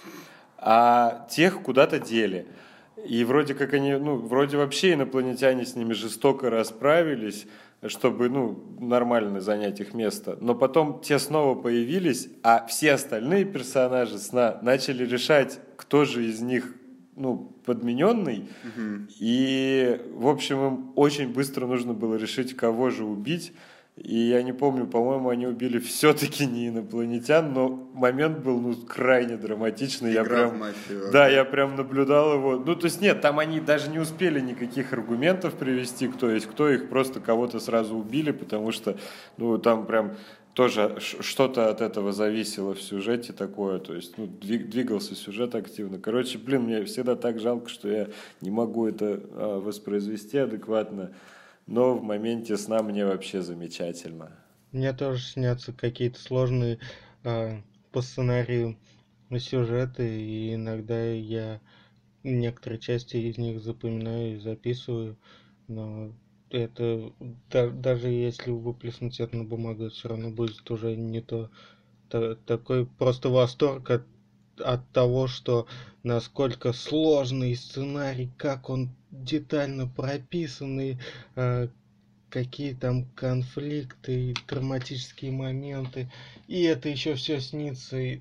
а тех куда-то дели. И вроде как они, ну, вроде вообще инопланетяне с ними жестоко расправились, чтобы, ну, нормально занять их место. Но потом те снова появились, а все остальные персонажи сна начали решать, кто же из них, ну, подмененный. Мгм. И, в общем, им очень быстро нужно было решить, кого же убить. И я не помню, по-моему, они убили все-таки не инопланетян, но момент был, ну, крайне драматичный. Я Игра в прям, мафию. да, я прям наблюдал его. Ну, то есть нет, там они даже не успели никаких аргументов привести, кто есть кто, их просто кого-то сразу убили, потому что, ну, там прям тоже ш- что-то от этого зависело в сюжете такое, то есть, ну, двиг- двигался сюжет активно. Короче, блин, мне всегда так жалко, что я не могу это а, воспроизвести адекватно. Но в моменте сна мне вообще замечательно. Мне тоже снятся какие-то сложные а, по сценарию сюжеты, и иногда я некоторые части из них запоминаю и записываю, но это да- даже если выплеснуть это на бумагу, все равно будет уже не то. Та- такой просто восторг от, от того, что насколько сложный сценарий, как он детально прописанный, а, какие там конфликты, и драматические моменты, и это еще все снится. И,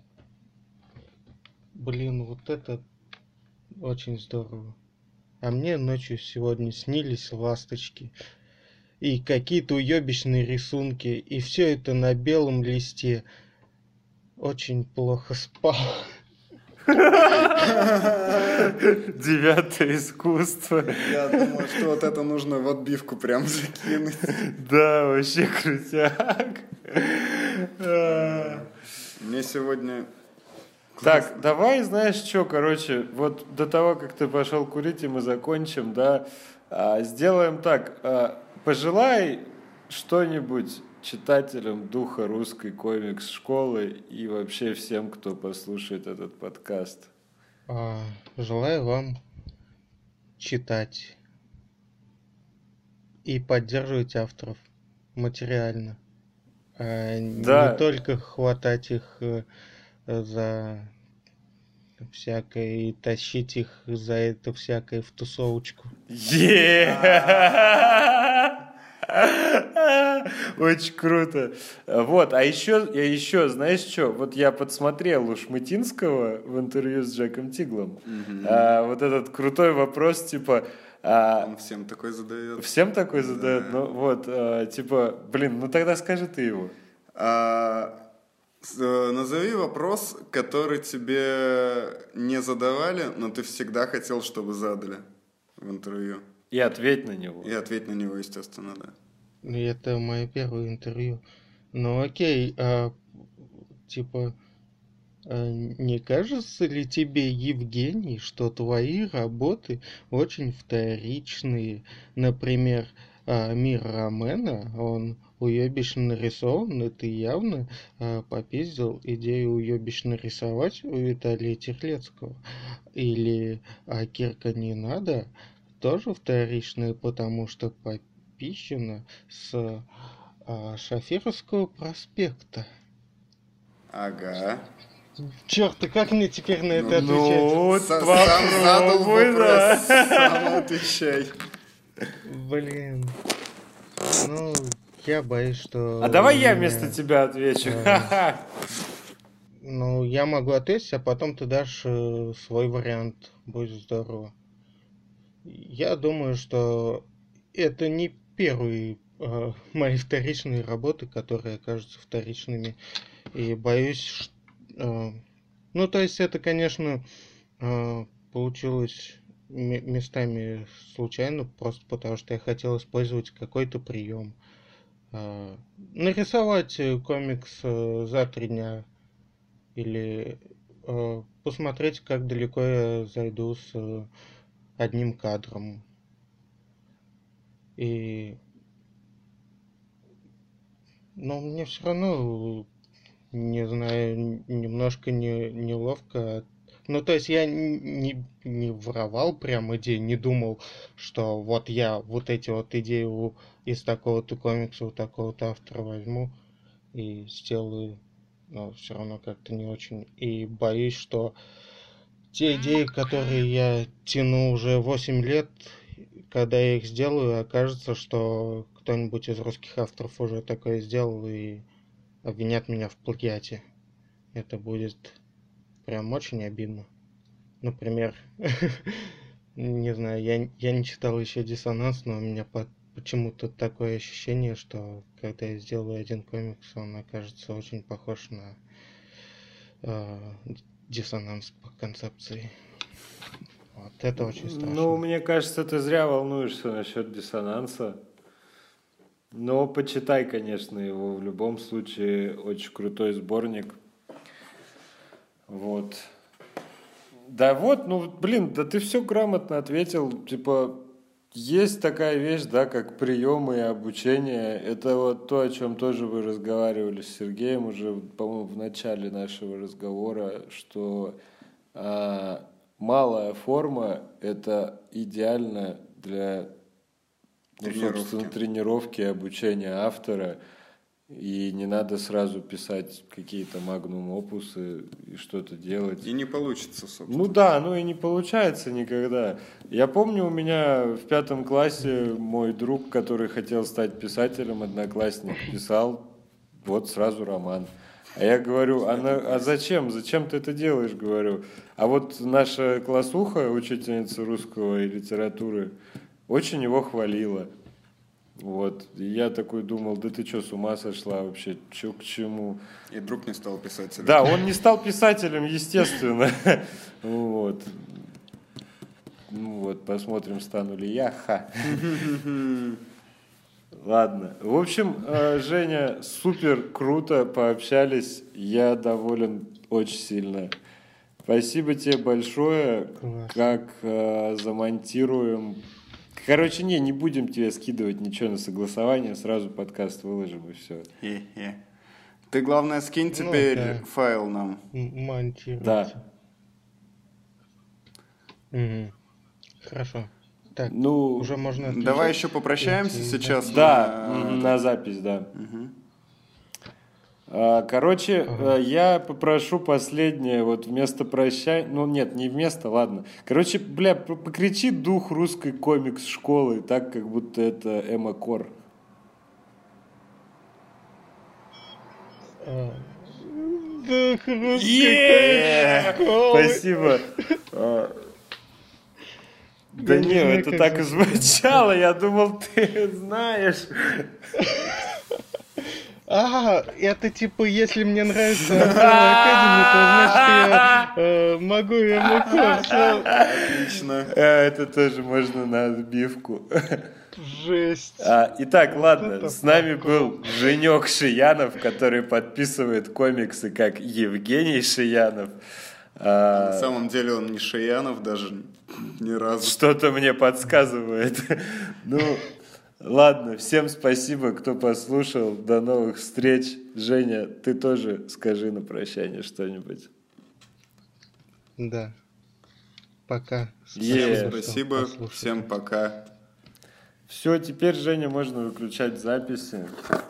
блин, вот это очень здорово. А мне ночью сегодня снились ласточки и какие-то уебищные рисунки, и все это на белом листе. Очень плохо спал. Девятое искусство. Я думаю, что вот это нужно в отбивку прям закинуть. Да, вообще крутяк. А. Мне сегодня... Так, давай, знаешь что, короче, вот до того, как ты пошел курить, и мы закончим, да, а, сделаем так, а, пожелай что-нибудь читателям духа русской комикс-школы и вообще всем, кто послушает этот подкаст. А, желаю вам читать и поддерживать авторов материально. А Да. не только хватать их э, за всякое и тащить их за это всякое в тусовочку. Е! Очень круто. Вот, а еще, я еще, знаешь что, вот я подсмотрел у Шмытинского в интервью с Джеком Тиглом а, вот этот крутой вопрос, типа... а, Он всем такой задает. всем такой задает? Да. Ну вот, а, типа, блин, ну тогда скажи ты его. А, с- э, назови вопрос, который тебе не задавали, но ты всегда хотел, чтобы задали в интервью. И ответь на него. И ответь на него, естественно, да. И это мое первое интервью. Ну окей, а, типа, а, не кажется ли тебе, Евгений, что твои работы очень вторичные? Например, а, мир Ромена, он уебищно нарисован, и ты явно а, попиздил идею уебищно рисовать у Виталия Терлецкого. Или а, Кирка не надо, тоже вторичные, потому что попищено с а, Шафировского проспекта. Ага. Черт, и как мне теперь на это Ну, отвечать? Ну, С- Сам задал попробуй, вопрос, да. сам отвечай. Блин. Ну, я боюсь, что... А давай я меня, вместо тебя отвечу. э, ну, я могу ответить, а потом ты дашь э, свой вариант. Будет здорово. Я думаю, что это не первые э, мои вторичные работы, которые окажутся вторичными. И боюсь, ш- э, ну, то есть это, конечно, э, получилось ме- местами случайно, просто потому что я хотел использовать какой-то прием. Э, нарисовать э, комикс э, за три дня или э, посмотреть, как далеко я зайду с э, одним кадром. И, но мне все равно, не знаю, немножко не, неловко. Ну, то есть я н- не, не воровал прям идеи, не думал, что вот я вот эти вот идеи у- из такого-то комикса, у такого-то автора возьму и сделаю, но все равно как-то не очень. И боюсь, что те идеи, которые я тяну уже восемь лет, когда я их сделаю, окажется, что кто-нибудь из русских авторов уже такое сделал и обвинят меня в плагиате. Это будет прям очень обидно. Например, не знаю, я, я не читал еще «Диссонанс», но у меня по- почему-то такое ощущение, что когда я сделаю один комикс, он окажется очень похож на э, «Диссонанс» по концепции. Вот это очень Ну, страшно. мне кажется, ты зря волнуешься насчет «Диссонанса». Но почитай, конечно, его. В любом случае, очень крутой сборник. Вот. Да вот, ну, блин, да ты все грамотно ответил. Типа, есть такая вещь, да, как приемы и обучение. Это вот то, о чем тоже вы разговаривали с Сергеем уже, по-моему, в начале нашего разговора, что а, малая форма – это идеально для, ну, Тренировки. собственно, тренировки и обучения автора. И не надо сразу писать какие-то магнум-опусы и что-то делать. И не получится, собственно. Ну да, ну и не получается никогда. Я помню, у меня в пятом классе мой друг, который хотел стать писателем, одноклассник, писал вот сразу роман. А я говорю, а, на, а зачем? Зачем ты это делаешь? Говорю. А вот наша классуха, учительница русского и литературы, очень его хвалила. Вот. И я такой думал, да ты что, с ума сошла вообще? Че к чему? И друг не стал писателем. Да, он не стал писателем, естественно. Вот. Ну вот, посмотрим, стану ли я. Ха. Ладно. В общем, Женя, супер круто пообщались. Я доволен очень сильно. Спасибо тебе большое. Класс. Как э, замонтируем. Короче, не, не будем тебе скидывать ничего на согласование. Сразу подкаст выложим и все. Хе-хе. Ты, главное, скинь Ну, теперь да. файл нам. М- Монтировать. Да. Мгм. Хорошо. Так, Ну, уже можно отключать? Давай еще попрощаемся Эти сейчас. да, на- м, на запись, да. Мгм. А, Короче, Ага. э, я попрошу последнее, вот вместо прощания, ну нет, не вместо, ладно. Короче, бля, п- покричи дух русской комикс-школы, так, как будто это Эмма Кор. А, дух русской Е-е-е! школы. Спасибо. А, Да Я не не, знаю, это как так и же- звучало, я думал, ты знаешь. А, это типа, если мне нравится Umbrella Academy, то значит я э, могу ему курс. Отлично. А, Это тоже можно на отбивку. Жесть. А, Итак, ладно, это с нами прикол. был Женек Шиянов, который подписывает комиксы как Евгений Шиянов. А, На самом деле он не Шиянов даже ни разу. Что-то мне подсказывает. Ну, ладно, всем спасибо, кто послушал. До новых встреч. Женя, ты тоже скажи на прощание что-нибудь. Да. Пока. Е. Всем что спасибо. послушали. Всем пока. Все, теперь, Женя, можно выключать записи.